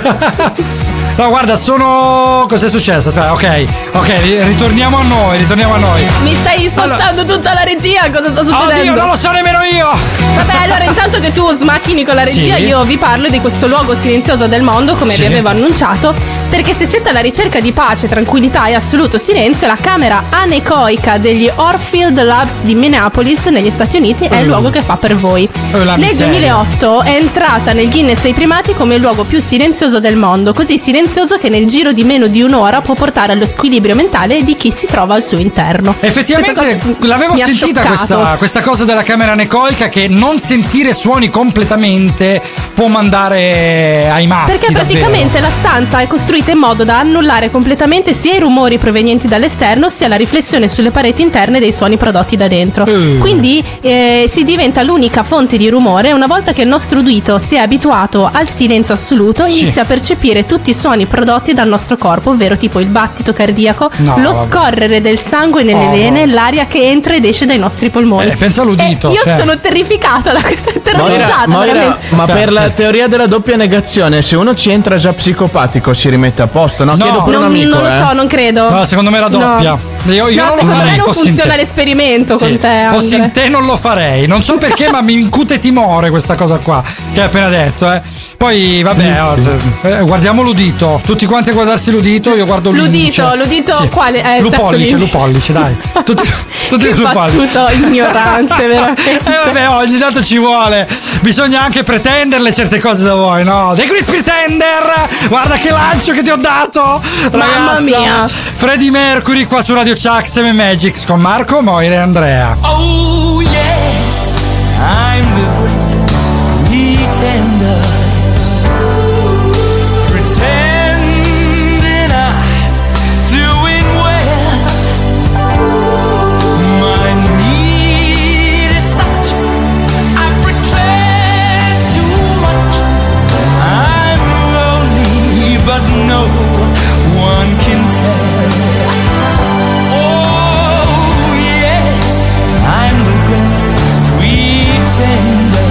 No, guarda, sono. Cos'è successo? Aspetta, ok, ok, ritorniamo a noi, ritorniamo a noi. Mi stai spostando tutta la regia, cosa sta succedendo? Oddio, non lo so nemmeno io. Vabbè, allora intanto che tu smacchini con la regia, Sì. io vi parlo di questo luogo silenzioso del mondo, come Sì. vi avevo annunciato. Perché se siete alla ricerca di pace, tranquillità e assoluto silenzio, la camera anecoica degli Orfield Labs di Minneapolis, negli Stati Uniti, è il Uh. luogo che fa per voi. Oh, la Nel miseria. duemilaotto è entrata nel Guinness dei primati come il luogo più silenzioso del mondo, così silenzioso che nel giro di meno di un'ora può portare allo squilibrio mentale di chi si trova al suo interno. Effettivamente Questa cosa l'avevo mi ha sentita scioccato. questa, questa cosa della camera anecoica, che non sentire suoni completamente può mandare ai matti. Perché praticamente la stanza è costruita in modo da annullare completamente sia i rumori provenienti dall'esterno sia la riflessione sulle pareti interne dei suoni prodotti da dentro. Uh. Quindi eh, si diventa l'unica fonte di rumore. Una volta che il nostro udito si è abituato al silenzio assoluto, Sì. inizia a percepire tutti i suoni prodotti dal nostro corpo, ovvero tipo il battito cardiaco, No, lo vabbè. scorrere del sangue nelle Oh, vene, l'aria che entra ed esce dai nostri polmoni. Eh, pensa all'udito, E io cioè. sono terrificata da questa Moira, terrorizzata, Moira, veramente. ma Aspetta, per la aspetta. teoria della doppia negazione, se uno ci entra già psicopatico si rimette a posto? No, No. chiedo per Non, un amico. non lo eh. so, non credo. No, secondo me la doppia. No. Io, io No, non lo secondo farei. me non fossi in funziona te. l'esperimento Sì, con te. fossi Andre. in te non lo farei. Non so perché, ma mi incute timore questa cosa qua che hai appena detto. Eh. Poi, vabbè, oh, eh, guardiamo l'udito. Tutti quanti a guardarsi l'udito, io guardo l'indice. L'udito, l'udito Sì. quale? Eh, Lupollice, esatto, lupollice, dai. Tutti, tutti Che lupollici. battuto ignorante, veramente. Eh vabbè, ogni tanto ci vuole. Bisogna anche pretenderle certe cose da voi, no? The Great Pretender! Guarda che lancio che ti ho dato! Mamma Ragazza. mia. Freddie Mercury qua su Radio Chuck Seven Magics con Marco, Moira e Andrea. Oh yes, I'm the great pretender, pretending I'm doing well. My need is such, I pretend too much. I'm lonely, but no one can tell. Oh yes, I'm the great pretender.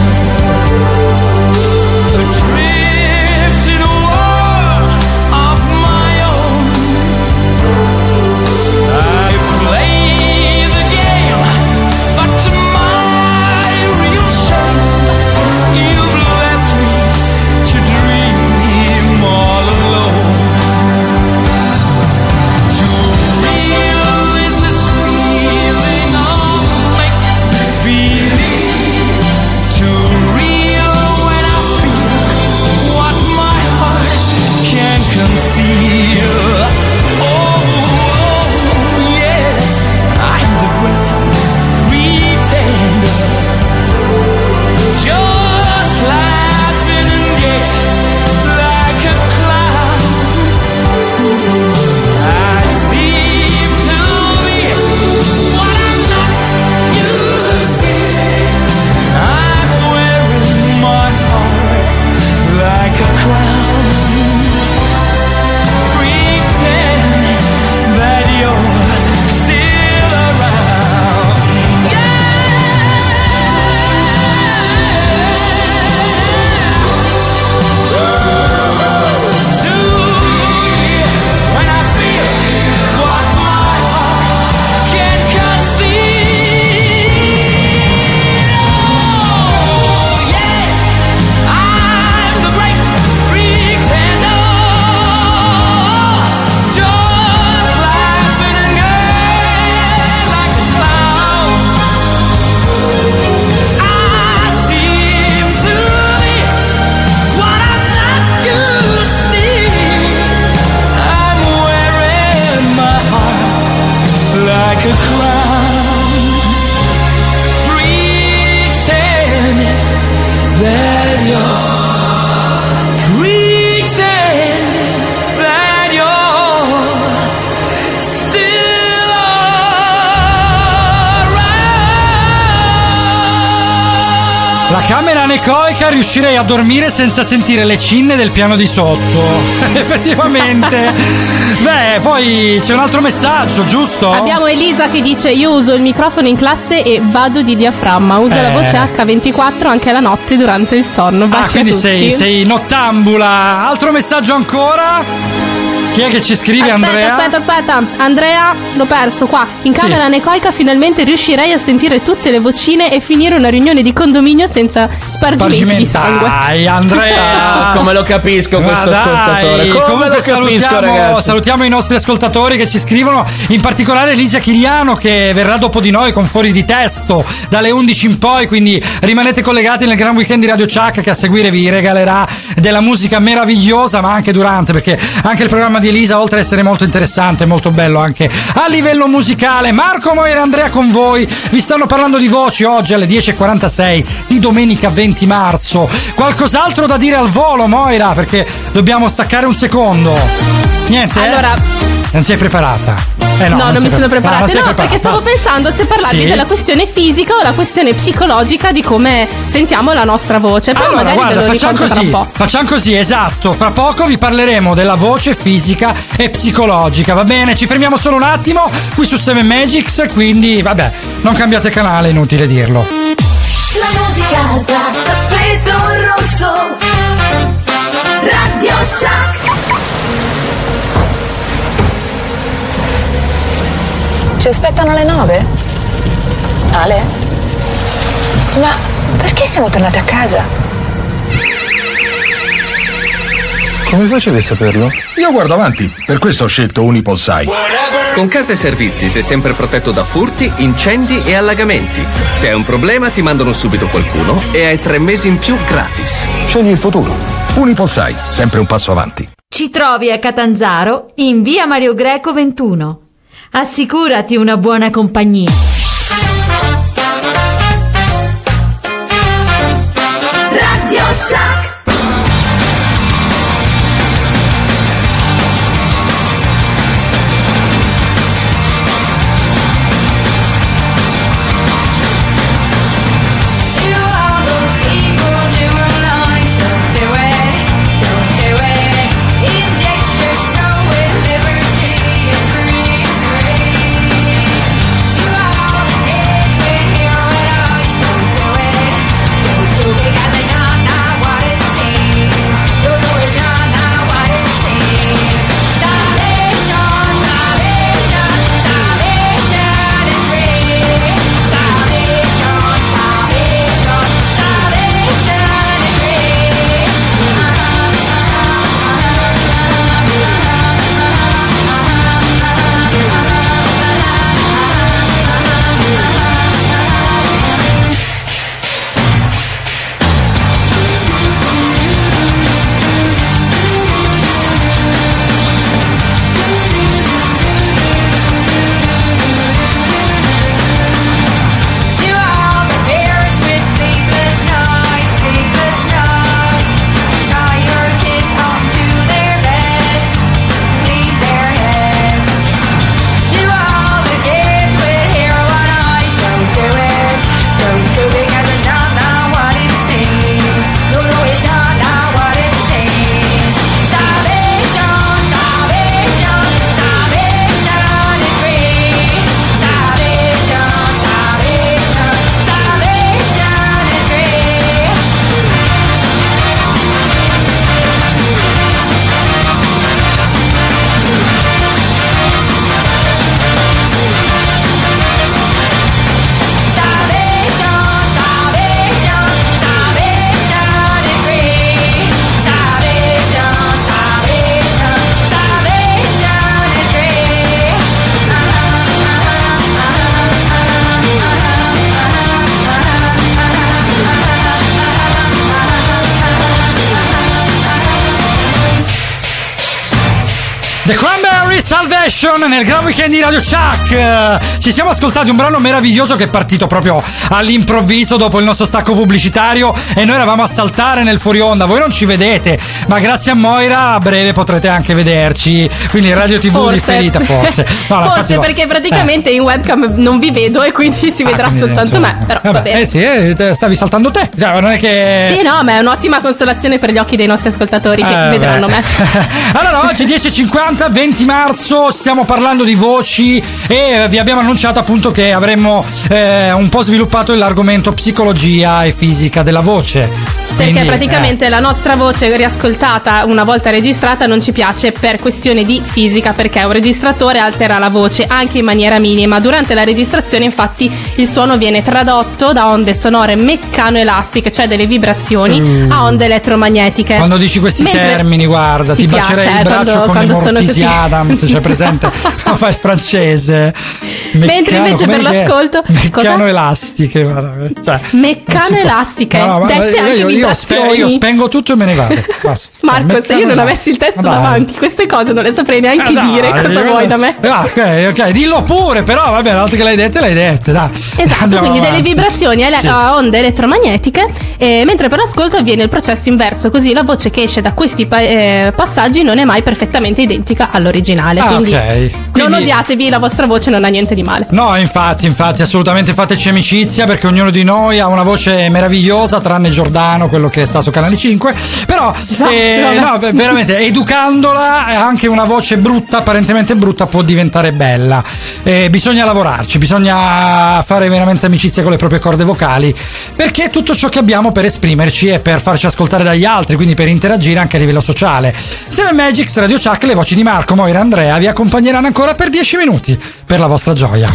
camera anecoica riuscirei a dormire senza sentire le cinne del piano di sotto. Effettivamente. Beh, poi c'è un altro messaggio, giusto? Abbiamo Elisa che dice: io uso il microfono in classe e vado di diaframma. Uso Eh. la voce acca ventiquattro anche la notte durante il sonno. Baci Ah, quindi a tutti. sei, sei nottambula. Altro messaggio ancora? Chi è che ci scrive, Aspetta, Andrea? aspetta, aspetta. Andrea, l'ho perso qua. In camera Sì. anecoica finalmente riuscirei a sentire tutte le vocine e finire una riunione di condominio senza spargimenti di sangue. Dai, Andrea. Ah, come lo capisco Ma questo dai, ascoltatore. Come comunque lo capisco, salutiamo, ragazzi. salutiamo i nostri ascoltatori che ci scrivono, in particolare Elisa Chiriano che verrà dopo di noi con Fuori di Testo dalle undici in poi, quindi rimanete collegati nel Gran Weekend di Radio Chuck che a seguire vi regalerà della musica meravigliosa, ma anche durante, perché anche il programma di Elisa, oltre ad essere molto interessante, molto bello anche a livello musicale. Marco, Moira e Andrea con voi, vi stanno parlando di voci oggi alle dieci e quarantasei di domenica venti marzo. Qualcos'altro da dire al volo, Moira, perché dobbiamo staccare un secondo. Niente? eh? Allora, Non sei preparata? Eh no, non, sei mi sono pre- preparata. Ah, non sei No, preparata. perché stavo Basta. pensando se parlarvi Sì. della questione fisica o la questione psicologica di come sentiamo la nostra voce. Però Allora, magari guarda, ve lo facciamo racconto tra così, un po'. facciamo così, esatto. Fra poco vi parleremo della voce fisica e psicologica, va bene? Ci fermiamo solo un attimo qui su Seven Magics, quindi vabbè, non cambiate canale, inutile dirlo. La musica da tappeto rosso. Radio Chuck. Ci aspettano alle nove? Ale? Ma perché siamo tornati a casa? Come facevi a saperlo? Io guardo avanti, per questo ho scelto Unipolsai. Con Casa e Servizi sei sempre protetto da furti, incendi e allagamenti. Se hai un problema ti mandano subito qualcuno e hai tre mesi in più gratis. Scegli il futuro. Unipolsai, sempre un passo avanti. Ci trovi a Catanzaro in via Mario Greco ventuno. Assicurati una buona compagnia. Radio Chuck. The Cranberry Salvation nel Gran Weekend di Radio Chuck. Ci siamo ascoltati un brano meraviglioso che è partito proprio all'improvviso dopo il nostro stacco pubblicitario e noi eravamo a saltare nel fuori onda. Voi non ci vedete, ma grazie a Moira a breve potrete anche vederci, quindi Radio tivù Forse. differita forse. No, Forse infatti, perché praticamente eh. in webcam non vi vedo e quindi si vedrà Ah, quindi, soltanto insomma, me. Però vabbè, va bene. eh sì, eh, stavi saltando te. Cioè, non è che. Sì, no, ma è un'ottima consolazione per gli occhi dei nostri ascoltatori che Eh, vedranno beh. me. Allora, oggi dieci e cinquanta, venti marzo, stiamo parlando di voci e vi abbiamo annunciato appunto che avremmo eh, un po' sviluppato l'argomento psicologia e fisica della voce. Perché Quindi, praticamente eh. la nostra voce riascoltata una volta registrata non ci piace per questione di fisica, perché un registratore altera la voce anche in maniera minima. Durante la registrazione infatti il suono viene tradotto da onde sonore meccanoelastiche, cioè delle vibrazioni, Mm. a onde elettromagnetiche. Quando dici questi Mentre- termini, guarda, ti, Ti bacerei piace, il eh, braccio quando- come quando sono Mortizi così. Adams, c'è presente? Ma fa il francese. Mentre invece per l'ascolto- Meccano cosa? elastiche, guarda, cioè, Meccanoelastiche, no, ma- dette io, anche io, io, spe- vibrazioni. io spengo tutto e me ne vado. Basta. Marco, Cioè, se io non avessi il testo Ma dai. davanti, queste cose non le saprei neanche Eh, dai, dire. Cosa eh, vuoi da me? Ah, ok, ok, dillo pure, però vabbè, una volta che l'hai dette, l'hai dette, dai. Esatto, Andiamo quindi delle avanti. vibrazioni ele- Sì. a onde elettromagnetiche, eh, mentre per l'ascolto avviene il processo inverso, così la voce che esce da questi pa- eh, passaggi non è mai perfettamente identica all'originale. Ah, quindi, ok. non Quindi- odiatevi, la vostra voce non ha niente di male. No, infatti, infatti, assolutamente fateci amicizia perché ognuno di noi ha una voce meravigliosa, tranne Giordano, quello che sta su Canale cinque. Però, eh, vabbè. no, beh, veramente, educandola, eh, anche una voce brutta, apparentemente brutta, può diventare bella. Eh, bisogna lavorarci, bisogna fare veramente amicizia con le proprie corde vocali, perché è tutto ciò che abbiamo per esprimerci e per farci ascoltare dagli altri, quindi per interagire anche a livello sociale. Seven Magics, Radio Chuck, le voci di Marco, Moira e Andrea vi accompagneranno ancora per dieci minuti per la vostra gioia.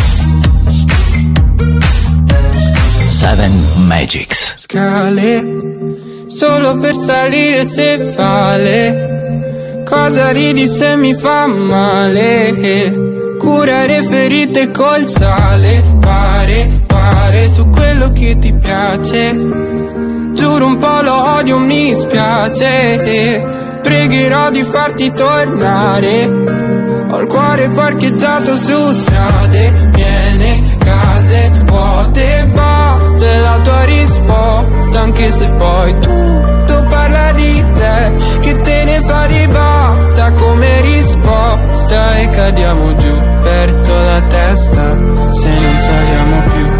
Seven Magics. Scale, solo per salire se vale. Cosa ridi se mi fa male? Curare ferite col sale. Pare, pare su quello che ti piace. Giuro un po' lo odio, mi spiace. Pregherò di farti tornare. Ho il cuore parcheggiato su strade piene, case vuote, basta è la tua risposta. Anche se poi tutto parla di te, che te ne fa di basta come risposta. E cadiamo giù, perdo la testa se non saliamo più.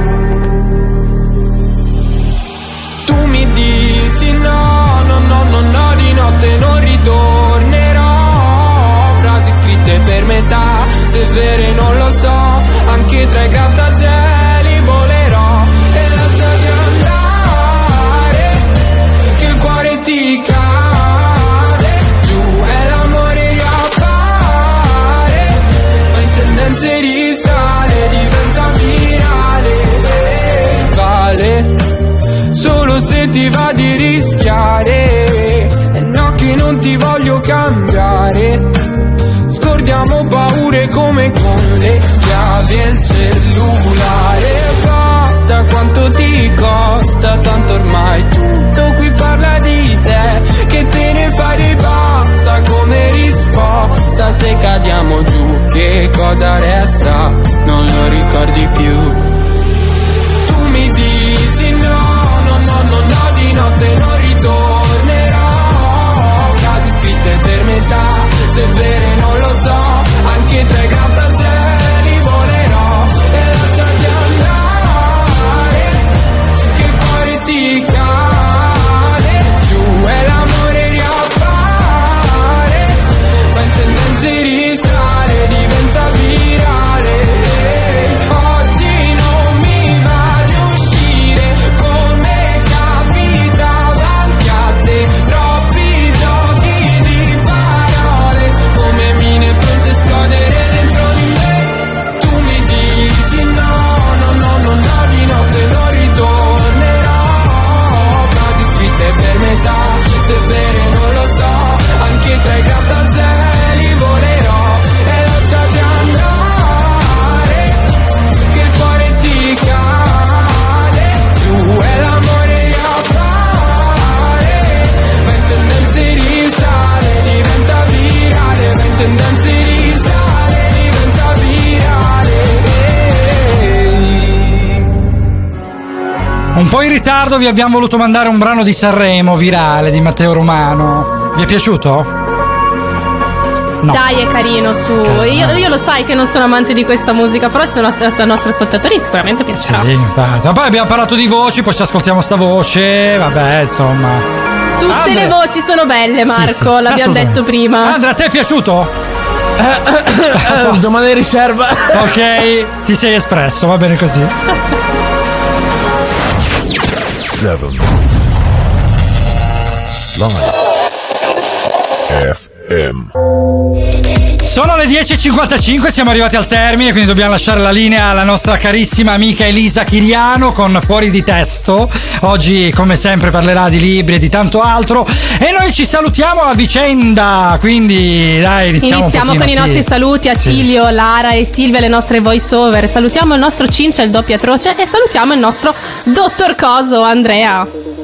Tu mi dici no, no, no, no, no, di notte non ritornerò. Frasi scritte per metà, se vere non lo so. Anche tra i grattacieli volerò. E lasciati andare, che il cuore ti cade giù. E l'amore riappare, ma in tendenze risale, diventa virale. Vale solo se ti va di rischiare. E no che non ti voglio cambiare. Scordiamo paure come con le chiavi e il cellulare. Basta, quanto ti costa, tanto ormai tutto qui parla di te. Che te ne fai di basta come risposta. Se cadiamo giù, che cosa resta? Non lo ricordi più. Tu mi dici no, no, no, no, no, di notte non ritornerò. Frasi scritte per metà, se vere non lo so. Anche tra i grattacieli volerò. E lasciati andare, che il cuore ti cade giù. E l'amore riappare, ma in tendenze risale, diventa virale. Oggi non mi va di uscire come capitava anche a te. Troppi giochi di parole, come mine pronte a esplodere dentro di me. Un po' in ritardo vi abbiamo voluto mandare un brano di Sanremo virale di Matteo Romano. Vi è piaciuto? No. Dai, è carino, su. Io, io lo sai che non sono amante di questa musica, però se ai nostri ascoltatori sicuramente piacerà. Sì, infatti. Ma poi abbiamo parlato di voci, poi ci ascoltiamo sta voce. Vabbè, insomma. Tutte Andre... le voci sono belle, Marco, sì, sì, l'abbiamo detto prima. Andrea, a te è piaciuto? Eh, domanda di riserva. Ok, ti sei espresso, va bene così. Seven. Live. F M. Sono le dieci e cinquantacinque, siamo arrivati al termine, quindi dobbiamo lasciare la linea alla nostra carissima amica Elisa Chiriano con Fuori di Testo. Oggi, come sempre, parlerà di libri e di tanto altro. E noi ci salutiamo a vicenda, quindi dai, iniziamo, iniziamo un con i sì. nostri saluti a Sì. Cilio, Lara e Silvia, le nostre voice over. Salutiamo il nostro Cincia, il doppio atroce, e salutiamo il nostro dottor Coso, Andrea.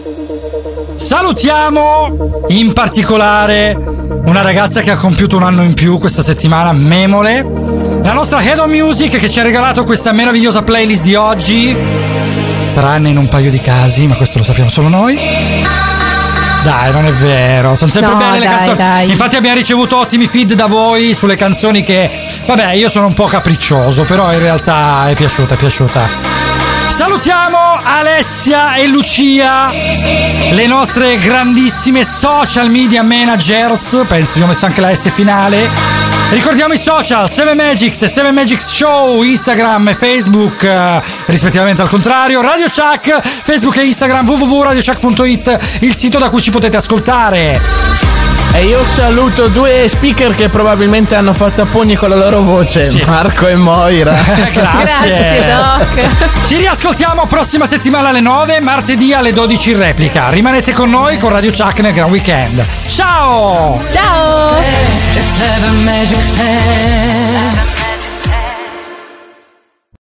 Salutiamo in particolare una ragazza che ha compiuto un anno in più questa settimana, Memole, la nostra Head on Music, che ci ha regalato questa meravigliosa playlist di oggi, tranne in un paio di casi, ma questo lo sappiamo solo noi. Dai, non è vero, sono sempre No, belle le dai, canzoni. dai. Infatti abbiamo ricevuto ottimi feed da voi sulle canzoni che, vabbè, io sono un po' capriccioso, però in realtà è piaciuta, è piaciuta. Salutiamo Alessia e Lucia, le nostre grandissime social media managers, penso che ho messo anche la S finale. Ricordiamo i social, seven Magics e seven Magics Show, Instagram e Facebook, eh, rispettivamente al contrario, Radio Chuck, Facebook e Instagram, w w w punto radio chuck punto i t, il sito da cui ci potete ascoltare. E io saluto due speaker che probabilmente hanno fatto a pugni con la loro voce, Sì. Marco e Moira. Grazie. Grazie, Doc. Ci riascoltiamo prossima settimana alle nove, martedì alle dodici in replica. Rimanete con noi con Radio Chuck nel Gran Weekend. Ciao! Ciao! Seven magic hands.